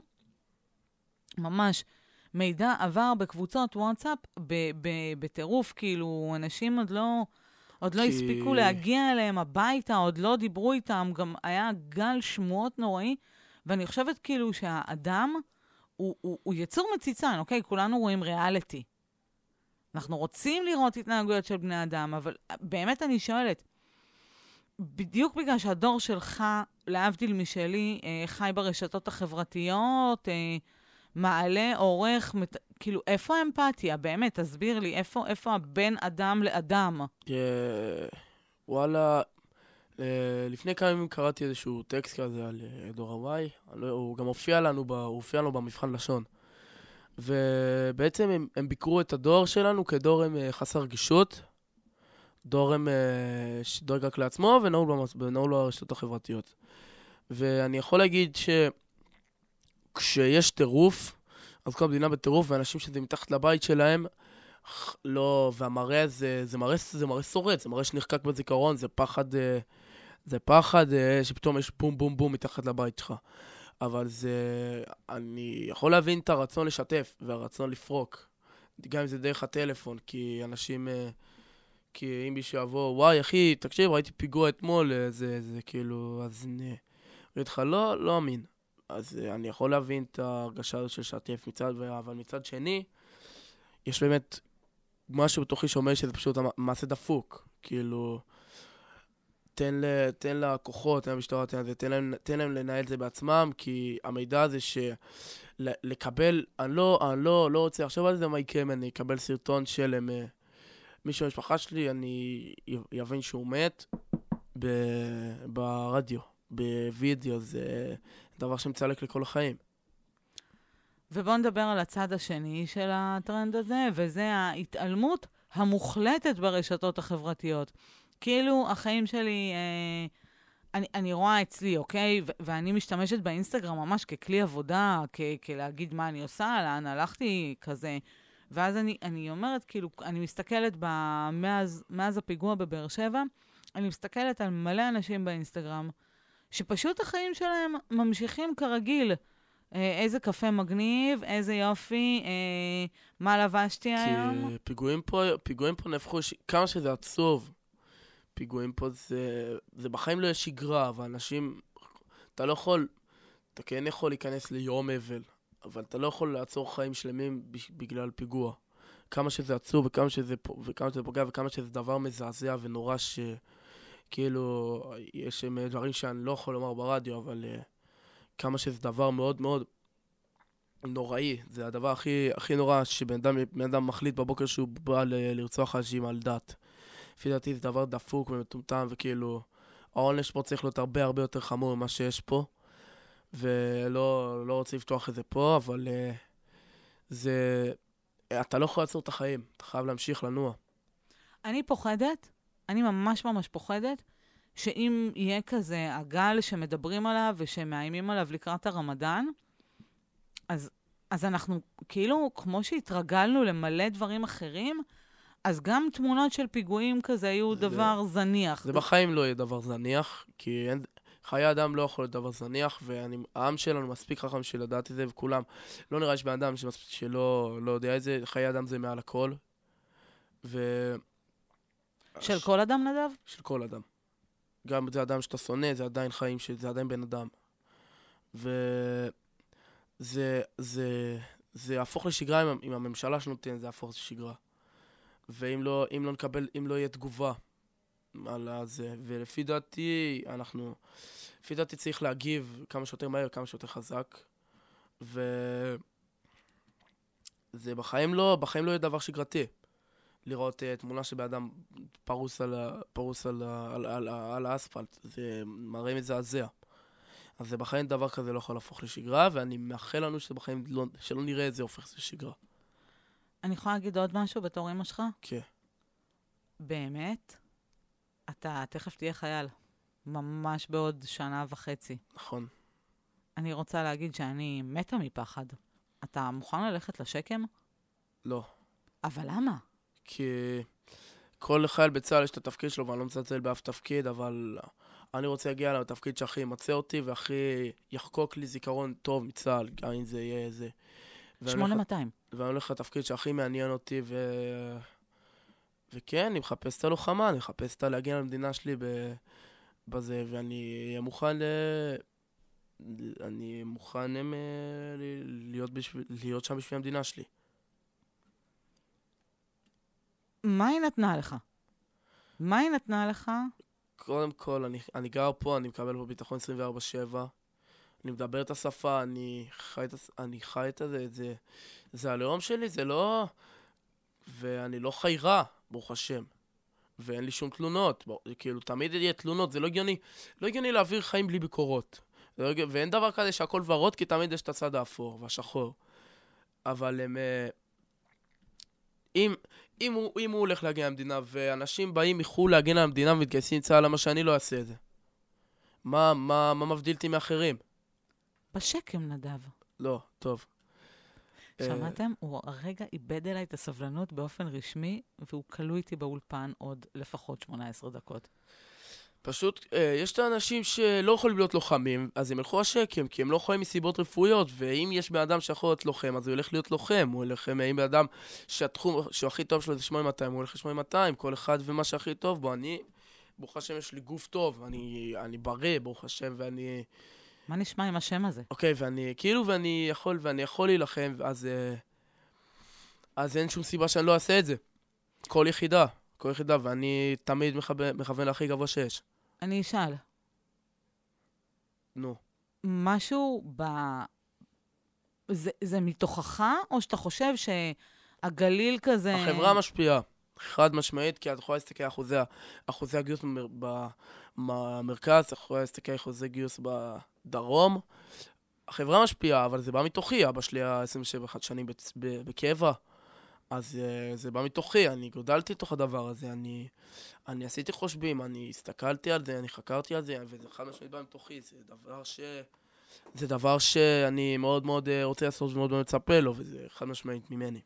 ממש, מידע עבר בקבוצות וואטסאפ בטירוף, כאילו אנשים עוד לא, עוד לא הספיקו להגיע אליהם הביתה, עוד לא דיברו איתם, גם היה גל שמועות נוראי, ואני חושבת כאילו שהאדם הוא, הוא, הוא יצור מציצן, אוקיי? כולנו רואים ריאליטי. אנחנו רוצים לראות התנהגויות של בני אדם, אבל באמת אני שואלת, בדיוק בגלל שהדור שלך, להבדיל משלי, חי ברשתות החברתיות, מעלה, עורך, מת... כאילו, איפה האמפתיה? באמת, תסביר לי, איפה, איפה הבן אדם לאדם? Yeah, וואלה, לפני כמה ימים קראתי איזשהו טקסט כזה על דור הוואי, הוא גם הופיע לנו, ב... הוא הופיע לנו במבחן לשון. ובעצם הם, הם ביקרו את הדור שלנו כדור הם חסר רגישות, דור הם שדואג רק לעצמו ונעול לו הרשתות החברתיות. ואני יכול להגיד ש... כשיש טירוף, אז כל המדינה בטירוף, ואנשים שזה מתחת לבית שלהם, לא, והמראה זה, זה מראה, זה מראה שורד, זה מראה שנחקק בזיכרון, זה פחד, זה פחד שפתאום יש בום בום בום מתחת לבית שלך. אבל זה, אני יכול להבין את הרצון לשתף, והרצון לפרוק, גם אם זה דרך הטלפון, כי אנשים, כי אם מישהו יבוא, וואי אחי, תקשיב, ראיתי פיגוע אתמול, זה, זה כאילו, אז אני אגיד לך, לא, לא אמין. אז אני יכול להבין את ההרגשה הזאת של שתף מצד, אבל מצד שני, יש באמת משהו בתוכי שאומר שזה פשוט מעשה דפוק. כאילו, תן, ל, תן לכוחות, תן למשטרה, תן, תן, להם, תן להם לנהל את זה בעצמם, כי המידע הזה שלקבל, אני לא, אני לא, לא רוצה, עכשיו על זה מה יקרה, אני אקבל סרטון של מישהו במשפחה שלי, אני יבין שהוא מת ב, ברדיו, בווידאו, זה דבר שמצלק לכל החיים. ובואו נדבר על הצד השני של הטרנד הזה, וזה ההתעלמות המוחלטת ברשתות החברתיות. כאילו, החיים שלי, אה, אני, אני רואה אצלי, אוקיי? ו- ואני משתמשת באינסטגרם ממש ככלי עבודה, כ- כלהגיד מה אני עושה, לאן הלכתי, כזה. ואז אני, אני אומרת, כאילו, אני מסתכלת ב- מאז, מאז הפיגוע בבאר שבע, אני מסתכלת על מלא אנשים באינסטגרם, שפשוט החיים שלהם ממשיכים כרגיל. אה, איזה קפה מגניב, איזה יופי, אה, מה לבשתי היום. כי פיגועים פה, פיגועים פה נהפכו, ש... כמה שזה עצוב, פיגועים פה זה, זה בחיים לא יש שגרה, ואנשים, אתה לא יכול, אתה כן יכול להיכנס ליום אבל, אבל אתה לא יכול לעצור חיים שלמים בגלל פיגוע. כמה שזה עצוב, וכמה שזה, וכמה שזה פוגע, וכמה שזה דבר מזעזע ונורא ש... כאילו, יש דברים שאני לא יכול לומר ברדיו, אבל uh, כמה שזה דבר מאוד מאוד נוראי. זה הדבר הכי, הכי נורא שבן אדם, בן אדם מחליט בבוקר שהוא בא ל- לרצוח אנשים על דת. לפי דעתי זה דבר דפוק ומטומטם, וכאילו, העונש פה צריך להיות הרבה הרבה יותר חמור ממה שיש פה, ולא לא רוצה לפתוח את זה פה, אבל uh, זה, אתה לא יכול לעצור את החיים, אתה חייב להמשיך לנוע. אני פוחדת, אני ממש ממש פוחדת, שאם יהיה כזה הגל שמדברים עליו ושמאיימים עליו לקראת הרמדאן, אז, אז אנחנו כאילו, כמו שהתרגלנו למלא דברים אחרים, אז גם תמונות של פיגועים כזה היו זה, דבר זניח. זה בחיים לא יהיה דבר זניח, כי אין, חיי אדם לא יכול להיות דבר זניח, והעם שלנו מספיק חכם של לדעת את זה, וכולם, לא נראה יש בן אדם שמספיק שלא לא יודע את זה, חיי אדם זה מעל הכל. ו... של כל אדם, נדב? של כל אדם. גם זה אדם שאתה שונא, זה עדיין חיים, זה עדיין בן אדם. וזה, זה, זה יהפוך לשגרה עם, עם הממשלה שנותן, זה יהפוך לשגרה. ואם לא, אם לא נקבל, אם לא יהיה תגובה על זה, ולפי דעתי, אנחנו, לפי דעתי צריך להגיב כמה שיותר מהר, כמה שיותר חזק. וזה בחיים לא, בחיים לא יהיה דבר שגרתי. לראות uh, תמונה שבאדם פרוס על, פרוס על, על, על, על האספלט, זה מראה מזעזע. אז זה בחיים דבר כזה לא יכול להפוך לשגרה, ואני מאחל לנו שבחיים לא, שלא נראה את זה הופך לשגרה. אני יכולה להגיד עוד משהו בתור אמא שלך? כן. באמת? אתה תכף תהיה חייל. ממש בעוד שנה וחצי. נכון. אני רוצה להגיד שאני מתה מפחד. אתה מוכן ללכת לשקם? לא. אבל למה? כי כל חייל בצה"ל יש את התפקיד שלו, ואני לא מצלצל באף תפקיד, אבל אני רוצה להגיע לתפקיד שהכי ימצא אותי, והכי יחקוק לי זיכרון טוב מצה"ל, גם אם זה יהיה איזה... שמונה מאתיים. ואני הולך לתפקיד שהכי מעניין אותי, ו... וכן, אני מחפש את הלוחמה, אני מחפש את להגן על המדינה שלי בזה, ואני אהיה מוכן ל... אני מוכן הם, להיות, בשביל... להיות שם בשביל המדינה שלי. מה היא נתנה לך? מה היא נתנה לך? קודם כל, אני, אני גר פה, אני מקבל פה ביטחון עשרים וארבע שבע. אני מדבר את השפה, אני חי את, אני חי את זה, זה, זה הלאום שלי, זה לא... ואני לא חי רע, ברוך השם. ואין לי שום תלונות. בוא, כאילו, תמיד יהיה תלונות, זה לא הגיוני. לא הגיוני להעביר חיים בלי ביקורות. לא, ואין דבר כזה שהכל ורוד, כי תמיד יש את הצד האפור והשחור. אבל הם... אם, אם, הוא, אם הוא הולך להגן על המדינה, ואנשים באים מחו"ל להגן על המדינה ומתגייסים צה"ל, למה שאני לא אעשה את זה? מה, מה, מה מבדיל אותי מאחרים? בשקם, נדב. לא, טוב. שמעתם? הוא הרגע איבד אליי את הסבלנות באופן רשמי, והוא כלוא איתי באולפן עוד לפחות שמונה עשרה דקות. פשוט, יש את האנשים שלא יכולים להיות לוחמים, אז הם ילכו השקם, כי הם לא יכולים מסיבות רפואיות, ואם יש בן אדם שיכול להיות לוחם, אז הוא ילך להיות לוחם, הוא ילך, אם בן אדם שהתחום, שהכי טוב שלו זה שמונה מאתיים, הוא ילך ל-שמונה מאתיים, כל אחד ומה שהכי טוב בו. אני, ברוך השם, יש לי גוף טוב, אני, אני בריא, ברוך השם, ואני... מה נשמע עם השם הזה? אוקיי, ואני, כאילו, ואני יכול, ואני יכול להילחם, אז, אז אין שום סיבה שאני לא אעשה את זה. כל יחידה, כל יחידה, ואני תמיד מכוון, מכוון להכי גבוה שיש. אני אשאל. נו. משהו ב... זה, זה מתוכך, או שאתה חושב שהגליל כזה... החברה משפיעה, חד משמעית, כי את יכולה להסתכל על אחוזי, אחוזי הגיוס במרכז, את יכולה להסתכל על אחוזי גיוס בדרום. החברה משפיעה, אבל זה בא מתוכי, אבא שלי היה עשרים ושבע שנים בקבע, אז uh, זה בא מתוכי, אני גודלתי תוך הדבר הזה, אני, אני עשיתי חושבים, אני הסתכלתי על זה, אני חקרתי על זה, וזה חד משמעית בא מתוכי, זה דבר ש... זה דבר שאני מאוד מאוד רוצה לעשות ומאוד מאוד מצפה לו, וזה חד משמעית ממני.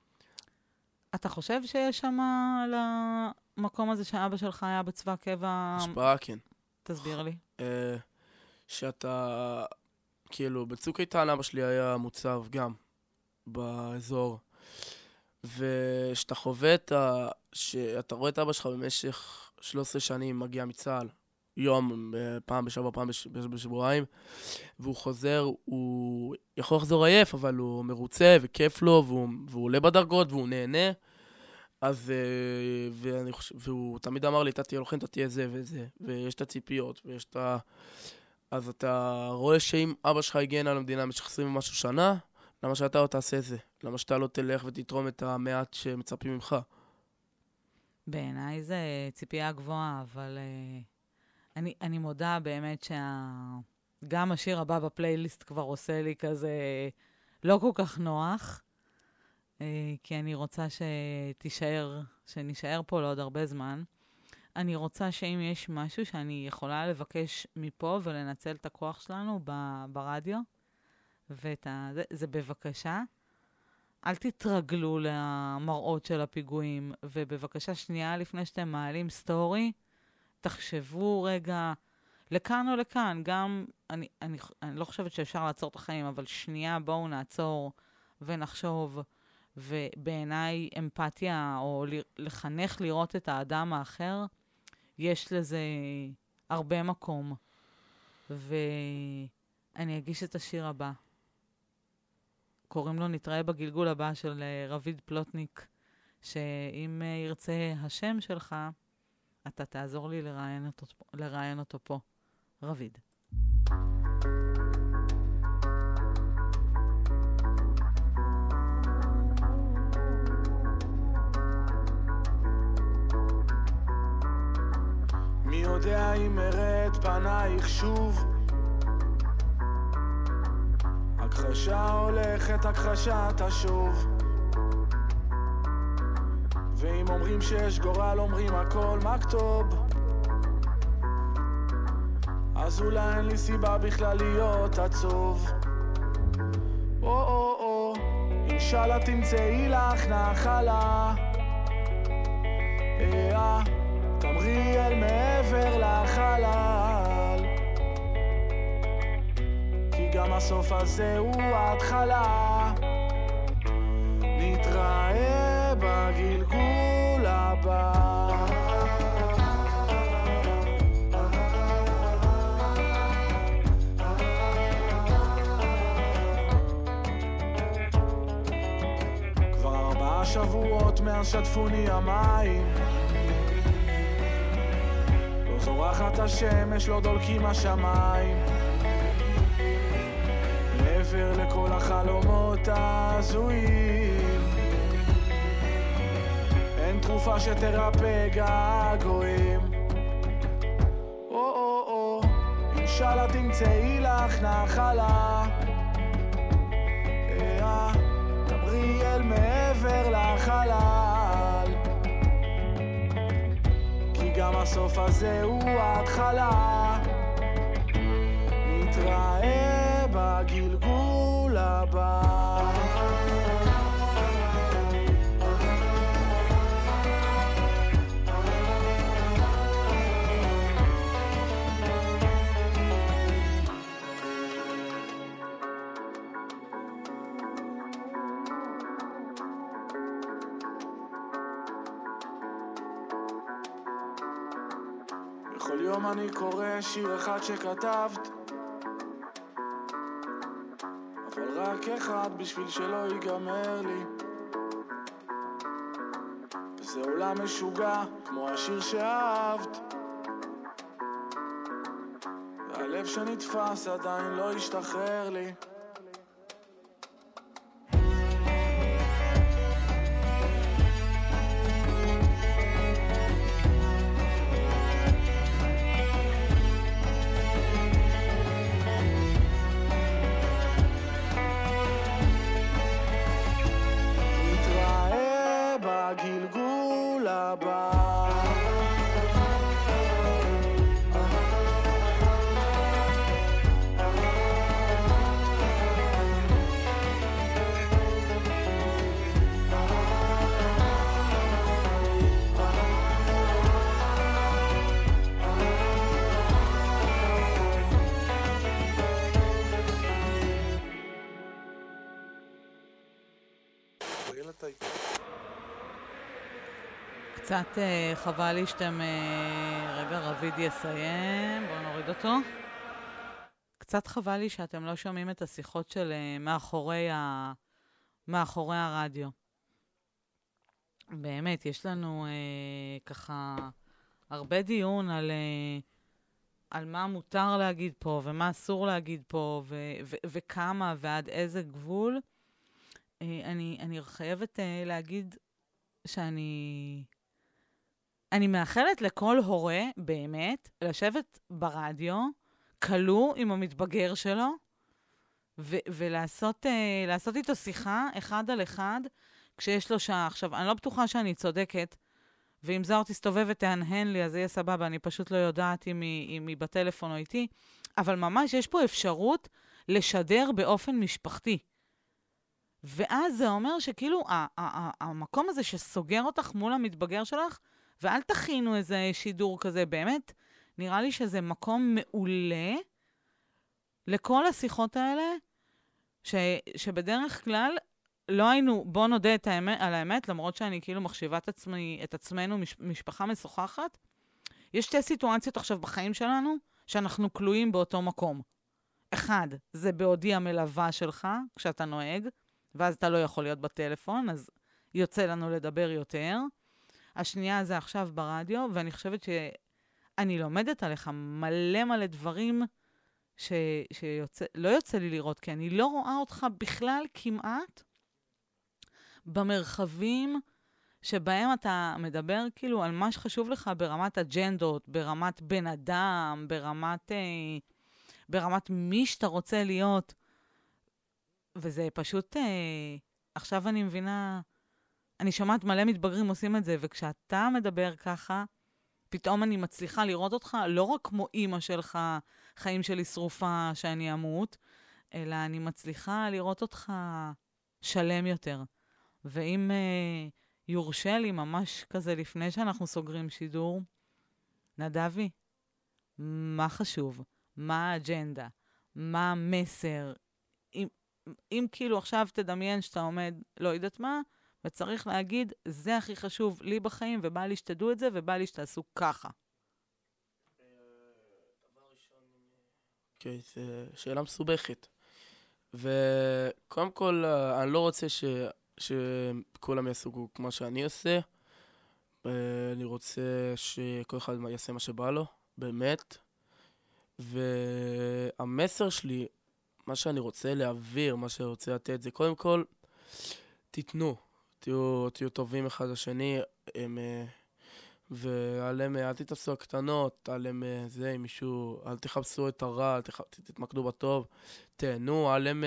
אתה חושב שיש שם על המקום הזה שאבא שלך היה בצבא קבע? השפעה, כן. תסביר לי. Uh, שאתה, כאילו, בצוק איתן אבא שלי היה מוצב גם באזור, ושאתה חווה את ה... שאתה רואה את אבא שלך במשך שלוש עשרה שנים מגיע מצה"ל, יום, פעם בשבוע, פעם בשבועיים, והוא חוזר, הוא יכול לחזור עייף, אבל הוא מרוצה וכיף לו, והוא, והוא עולה בדרגות והוא נהנה, אז, ואני חושב, והוא תמיד אמר לי, אתה תהיה לוחם, אתה תהיה זה וזה, ויש את הציפיות, ויש את ה... אז אתה רואה שאם אבא שלך הגן על המדינה במשך עשרים ומשהו שנה, למה שאתה לא תעשה את זה? למה שאתה לא תלך ותתרום את המעט שמצפים ממך? בעיניי זה ציפייה גבוהה, אבל uh, אני, אני מודה באמת שגם השיר הבא בפלייליסט כבר עושה לי כזה לא כל כך נוח, uh, כי אני רוצה שתישאר, שנשאר פה לעוד הרבה זמן. אני רוצה שאם יש משהו שאני יכולה לבקש מפה ולנצל את הכוח שלנו ב- ברדיו, ואת ה... זה, זה בבקשה, אל תתרגלו למראות של הפיגועים, ובבקשה שנייה לפני שאתם מעלים סטורי, תחשבו רגע, לכאן או לכאן, גם, אני, אני, אני לא חושבת שאפשר לעצור את החיים, אבל שנייה בואו נעצור ונחשוב, ובעיניי אמפתיה, או לחנך לראות את האדם האחר, יש לזה הרבה מקום. ואני אגיש את השיר הבא. קוראים לו נתראה בגלגול הבא של רביד פלוטניק, שאם ירצה השם שלך, אתה תעזור לי לראיין אותו, לראיין אותו פה. רביד. מי יודע אם אראה את פנייך שוב, הכחשה הולכת, הכחשה תשוב, ואם אומרים שיש גורל אומרים הכל מכתוב, אז אולי אין לי סיבה בכלל להיות עצוב. או או או אינשאללה תמצאי לך נחלה, אה תמרי אל מעבר לחלל, כי גם הסוף הזה הוא ההתחלה. נתראה בגלגול הבא. כבר ארבעה שבועות מאז שטפוני המים, לא זורחת השמש, לא דולקים השמיים, מעבר לכל החלומות הזויים אין תרופה שתרפא געגועים. או או או אינשאללה תמצאי לך נחלה, אה דברי אל מעבר לחלל, כי גם הסוף הזה הוא ההתחלה. נתראה בגלגול הבא. בכל יום אני קורא שיר אחד שכתבת, אבל רק אחד בשביל שלא ייגמר לי, וזה עולם משוגע כמו השיר שאהבת, והלב שנתפס עדיין לא ישתחרר לי. בגלגול הבא. קצת uh, חבל לי שאתם... Uh, רגע, רביד יסיים. בואו נוריד אותו. קצת חבל לי שאתם לא שומעים את השיחות של uh, מאחורי, ה... מאחורי הרדיו. באמת, יש לנו uh, ככה הרבה דיון על, uh, על מה מותר להגיד פה ומה אסור להגיד פה ו- ו- וכמה ועד איזה גבול. Uh, אני, אני חייבת uh, להגיד שאני... אני מאחלת לכל הורה, באמת, לשבת ברדיו, קלו עם המתבגר שלו, ו- ולעשות uh, לעשות איתו שיחה אחד על אחד, כשיש לו שעה. עכשיו, אני לא בטוחה שאני צודקת, ואם זהר תסתובב ותענהן לי, אז זה יהיה סבבה, אני פשוט לא יודעת אם היא, אם היא בטלפון או איתי, אבל ממש יש פה אפשרות לשדר באופן משפחתי. ואז זה אומר שכאילו, ה- ה- ה- המקום הזה שסוגר אותך מול המתבגר שלך, ואל תכינו איזה שידור כזה, באמת, נראה לי שזה מקום מעולה לכל השיחות האלה, ש, שבדרך כלל לא היינו, בוא נודה את האמת, על האמת, למרות שאני כאילו מחשיבה את, עצמי, את עצמנו מש, משפחה משוחחת. יש שתי סיטואציות עכשיו בחיים שלנו, שאנחנו כלואים באותו מקום. אחד, זה בעודי המלווה שלך, כשאתה נוהג, ואז אתה לא יכול להיות בטלפון, אז יוצא לנו לדבר יותר. השנייה זה עכשיו ברדיו, ואני חושבת שאני לומדת עליך מלא מלא דברים ש, שיוצא, לא יוצא לי לראות, כי אני לא רואה אותך בכלל כמעט במרחבים שבהם אתה מדבר כאילו על מה שחשוב לך ברמת אג'נדות, ברמת בן אדם, ברמת, אה, ברמת מי שאתה רוצה להיות. וזה פשוט, אה, עכשיו אני מבינה, אני שומעת מלא מתבגרים עושים את זה, וכשאתה מדבר ככה, פתאום אני מצליחה לראות אותך, לא רק כמו אימא שלך, חיים שלי שרופה שאני אמות, אלא אני מצליחה לראות אותך שלם יותר. ואם אה, יורשה לי ממש כזה לפני שאנחנו סוגרים שידור, נדבי, מה חשוב? מה האג'נדה? מה המסר? אם, אם כאילו עכשיו תדמיין שאתה עומד, לא יודעת מה, וצריך להגיד, זה הכי חשוב לי בחיים, ובא לי שתדעו את זה, ובא לי שתעשו ככה. אוקיי, זו שאלה מסובכת. וקודם כל, אני לא רוצה ש... שכולם יעשו כמו שאני עושה. אני רוצה שכל אחד יעשה מה שבא לו, באמת. והמסר שלי, מה שאני רוצה להעביר, מה שאני רוצה לתת, זה קודם כל, תיתנו. תהיו, תהיו טובים אחד לשני, הם, ועליהם, אל תתעשו הקטנות, עליהם זה, אם מישהו, אל תחפשו את הרע, אל תח, תתמקדו בטוב, תהנו, עליהם,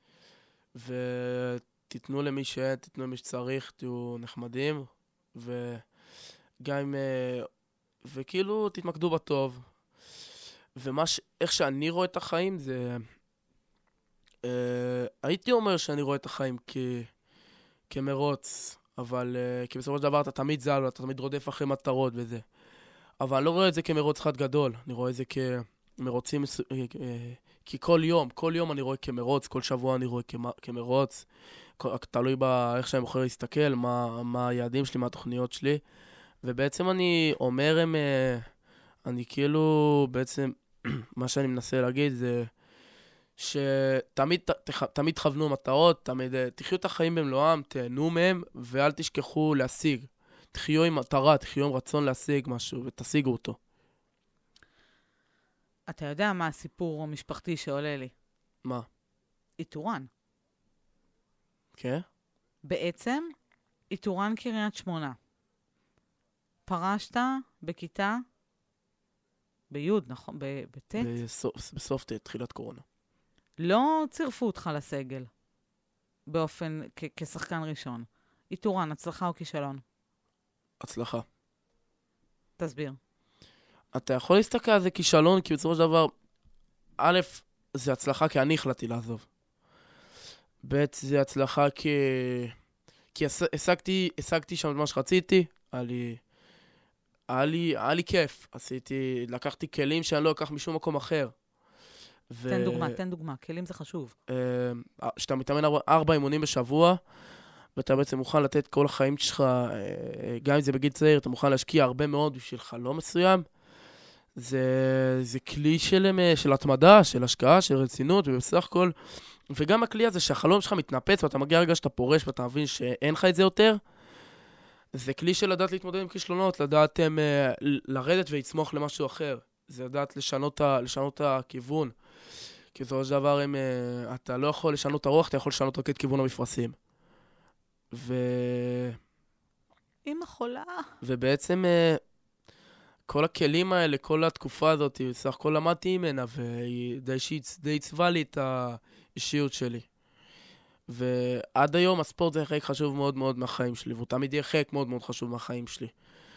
ותיתנו למי שאין, תיתנו למי שצריך, תהיו נחמדים, וגם אם, וכאילו תתמקדו בטוב. ומה ש... איך שאני רואה את החיים זה... אה, הייתי אומר שאני רואה את החיים כ... כמרוץ, אבל uh, כי בסופו של דבר אתה תמיד זל, אתה תמיד רודף אחרי מטרות וזה. אבל אני לא רואה את זה כמרוץ חד גדול, אני רואה את זה כמרוצים, כי כל יום, כל יום אני רואה כמרוץ, כל שבוע אני רואה כמרוץ, תלוי באיך שאני בוחר להסתכל, מה, מה היעדים שלי, מה התוכניות שלי, ובעצם אני אומר, הם, אני כאילו, בעצם, מה שאני מנסה להגיד זה, שתמיד תמיד תכוונו מטרות, תמיד תחיו את החיים במלואם, תהנו מהם, ואל תשכחו להשיג. תחיו עם מטרה, תחיו עם רצון להשיג משהו, ותשיגו אותו. אתה יודע מה הסיפור המשפחתי שעולה לי? מה? איתורן. כן? בעצם, איתורן קריית שמונה. פרשת בכיתה, ביוד, נכון? בטט? בסוף, בסוף תת, תחילת קורונה. לא צירפו אותך לסגל, באופן, כ- כשחקן ראשון. איתורן, הצלחה או כישלון? הצלחה. תסביר. אתה יכול להסתכל על זה כישלון, כי בסופו של דבר, א', זה הצלחה כי אני החלטתי לעזוב. ב', זה הצלחה כי... כי השגתי, השגתי שם את מה שרציתי, היה לי... היה לי, היה לי כיף. עשיתי, לקחתי כלים שאני לא אקח משום מקום אחר. ו... תן דוגמה, תן דוגמה. כלים זה חשוב. שאתה מתאמן ארבע, ארבע אימונים בשבוע, ואתה בעצם מוכן לתת כל החיים שלך, גם אם זה בגיל צעיר, אתה מוכן להשקיע הרבה מאוד בשביל חלום מסוים. זה, זה כלי של, של התמדה, של השקעה, של רצינות, ובסך הכל, וגם הכלי הזה שהחלום שלך מתנפץ, ואתה מגיע רגע שאתה פורש, ואתה מבין שאין לך את זה יותר, זה כלי של לדעת להתמודד עם כישלונות, לדעת הם, לרדת ויצמוח למשהו אחר. זה לדעת לשנות, לשנות את הכיוון. כי בסופו של דבר, הם, אתה לא יכול לשנות את הרוח, אתה יכול לשנות רק את כיוון המפרשים. ו... אמא חולה. ובעצם, כל הכלים האלה, כל התקופה הזאת, סך הכל למדתי ממנה, ודי עיצבה לי את האישיות שלי. ועד היום הספורט זה חלק חשוב מאוד מאוד מהחיים שלי, והוא תמיד יהיה חלק מאוד מאוד חשוב מהחיים שלי.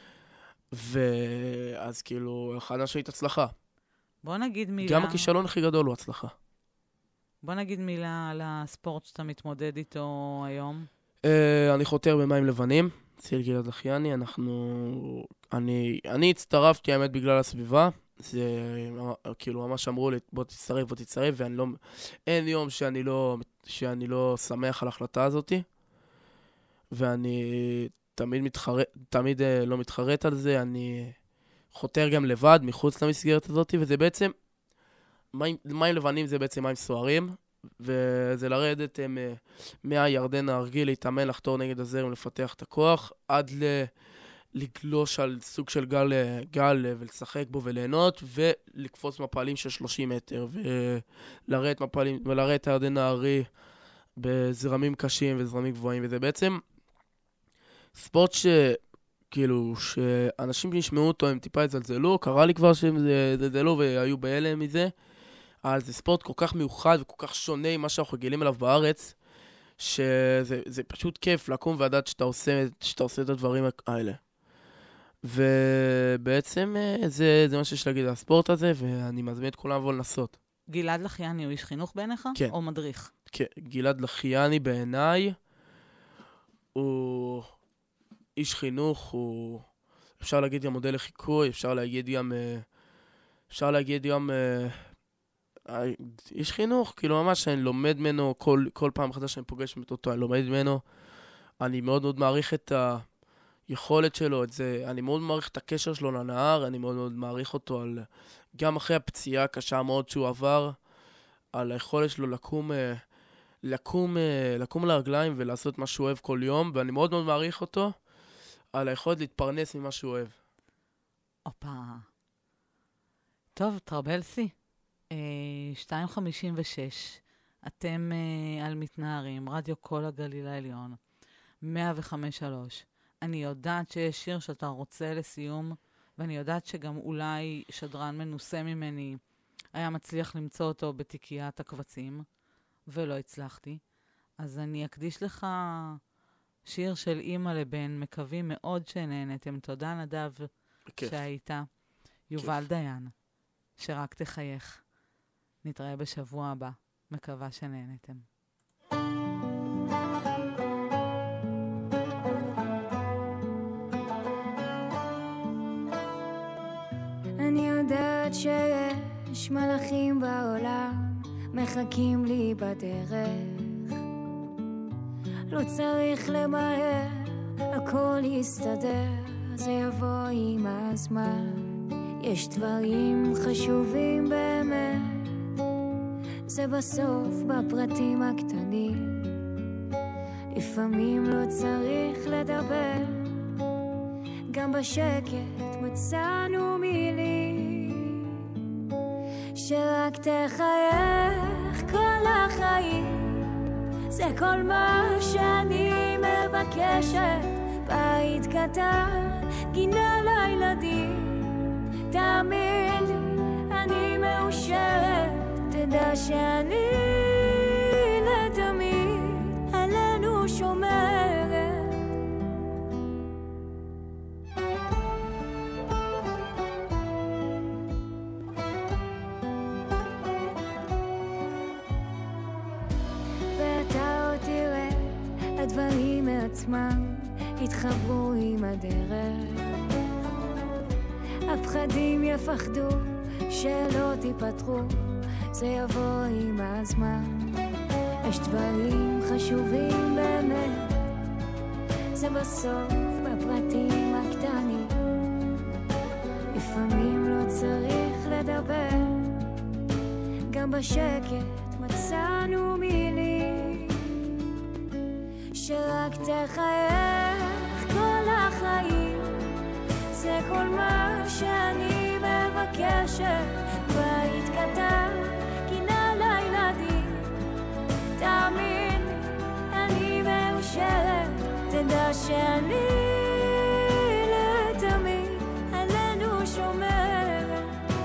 ואז כאילו, אחד השאית הצלחה. בוא נגיד מילה... גם הכישלון הכי גדול הוא הצלחה. בוא נגיד מילה על הספורט שאתה מתמודד איתו היום. Uh, אני חותר במים לבנים, ציל גלעד אחייני, אנחנו... אני, אני הצטרפתי, האמת, בגלל הסביבה. זה כאילו ממש אמרו לי, בוא תצטרף, בוא תצטרף, ואני לא, אין יום שאני לא, שאני לא שמח על ההחלטה הזאת, ואני תמיד מתחרט, תמיד לא מתחרט על זה, אני חותר גם לבד, מחוץ למסגרת הזאת, וזה בעצם, מים, מים לבנים זה בעצם מים סוערים, וזה לרדת הם, מהירדן הרגיל, להתאמן, לחתור נגד הזרם, לפתח את הכוח, עד ל... לגלוש על סוג של גל, גל ולשחק בו וליהנות, ולקפוץ מפלים של שלושים מטר, ולרדת מפלים, ולרדת הירדן ההרי בזרמים קשים וזרמים גבוהים, וזה בעצם ספורט ש... כאילו, שאנשים נשמעו אותו, הם טיפה יזלזלו, קרה לי כבר שהם יזלזלו והיו בהלם מזה, אבל זה ספורט כל כך מיוחד וכל כך שונה ממה שאנחנו רגילים אליו בארץ, שזה זה פשוט כיף לקום ולדעת שאתה עושה, שאתה עושה את הדברים האלה. ובעצם זה, זה מה שיש להגיד על הספורט הזה, ואני מזמין את כולם לבוא לנסות. גלעד לחיאני הוא איש חינוך בעיניך? כן. או מדריך? כן, גלעד לחיאני בעיניי הוא איש חינוך, הוא אפשר להגיד גם מודל לחיקוי, אפשר להגיד גם אפשר להגיד גם איש חינוך, כאילו ממש אני לומד ממנו כל, כל פעם מחדש שאני פוגש אותו, אני לומד ממנו, אני מאוד מאוד מעריך את היכולת שלו, את זה, אני מאוד מעריך את הקשר שלו לנהר, אני מאוד מאוד מעריך אותו על, גם אחרי הפציעה הקשה מאוד שהוא עבר, על היכולת שלו לקום, לקום, לקום לרגליים ולעשות מה שהוא אוהב כל יום, ואני מאוד מאוד מעריך אותו על היכולת להתפרנס ממה שהוא אוהב. אופה. טוב, טרבלסי. שתיים חמישים ושש, אתם uh, על מתנערים, רדיו כל הגליל העליון, מאה וחמש שלוש. אני יודעת שיש שיר שאתה רוצה לסיום, ואני יודעת שגם אולי שדרן מנוסה ממני היה מצליח למצוא אותו בתיקיית הקבצים, ולא הצלחתי. אז אני אקדיש לך שיר של אמא לבן, מקווים מאוד שנהנתם. תודה נדב בכיף. שהיית. יובל דיין, שרק תחייך. נתראה בשבוע הבא. מקווה שנהנתם. אני יודעת שיש מלאכים בעולם מחכים לי בדרך, לא צריך למהר, הכל יסתדר, זה יבוא עם הזמן. יש דברים חשובים באמת, זה בסוף בפרטים הקטנים, לפעמים לא צריך לדבר, גם בשקט מצאנו מילים, שרק תחייך כל החיים, זה כל מה שאני מבקשת, בית קטן, גינה לילדים, תאמין לי, אני מאושרת, תדע שאני לתמיד עלינו שומרת. ואתה עוד תראה, הדברים מעצמם התחברו עם הדרך, הפחדים יפחדו שלא תיפתחו, זה יבוא עם הזמן. יש דברים חשובים באמת, זה בסוף בפרטים הקטנים, לפעמים לא צריך לדבר, גם בשקט מצאנו מילים, שרק תחייך כל החיים, זה כל מה שאני מבקשת, בית קטן, גינה לילדים, תאמין לי, אני מאושרת, תדע שאני לתמיד עלינו שומרת.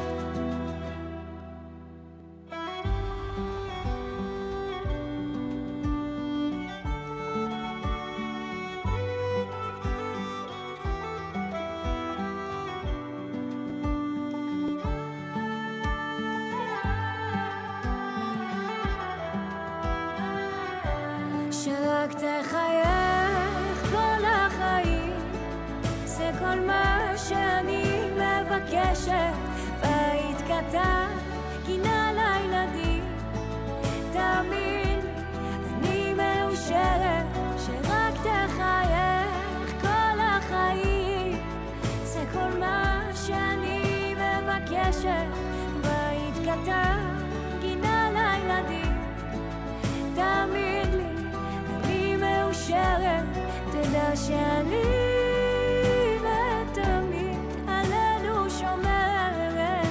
שרק תחייך כל החיים, זה כל מה שאני מבקשת. קטן, גינה לילדים. תאמין, אני מאושרת שרק תחייך כל החיים. זה כל מה שאני מבקשת, בית קטן, גינה לילדים. תאמין לי, אני מאושרת, תדע שאני לתמיד עלינו שומרת.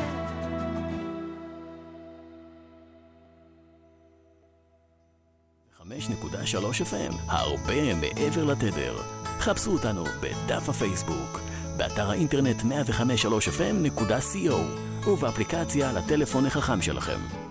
חמש נקודה שלוש אף אם, הרבה מעבר לתדר. חפשו אותנו בדף הפייסבוק, באתר האינטרנט מאה וחמש נקודה שלוש אף אם נקודה סי או ובאפליקציה לטלפון החכם שלכם.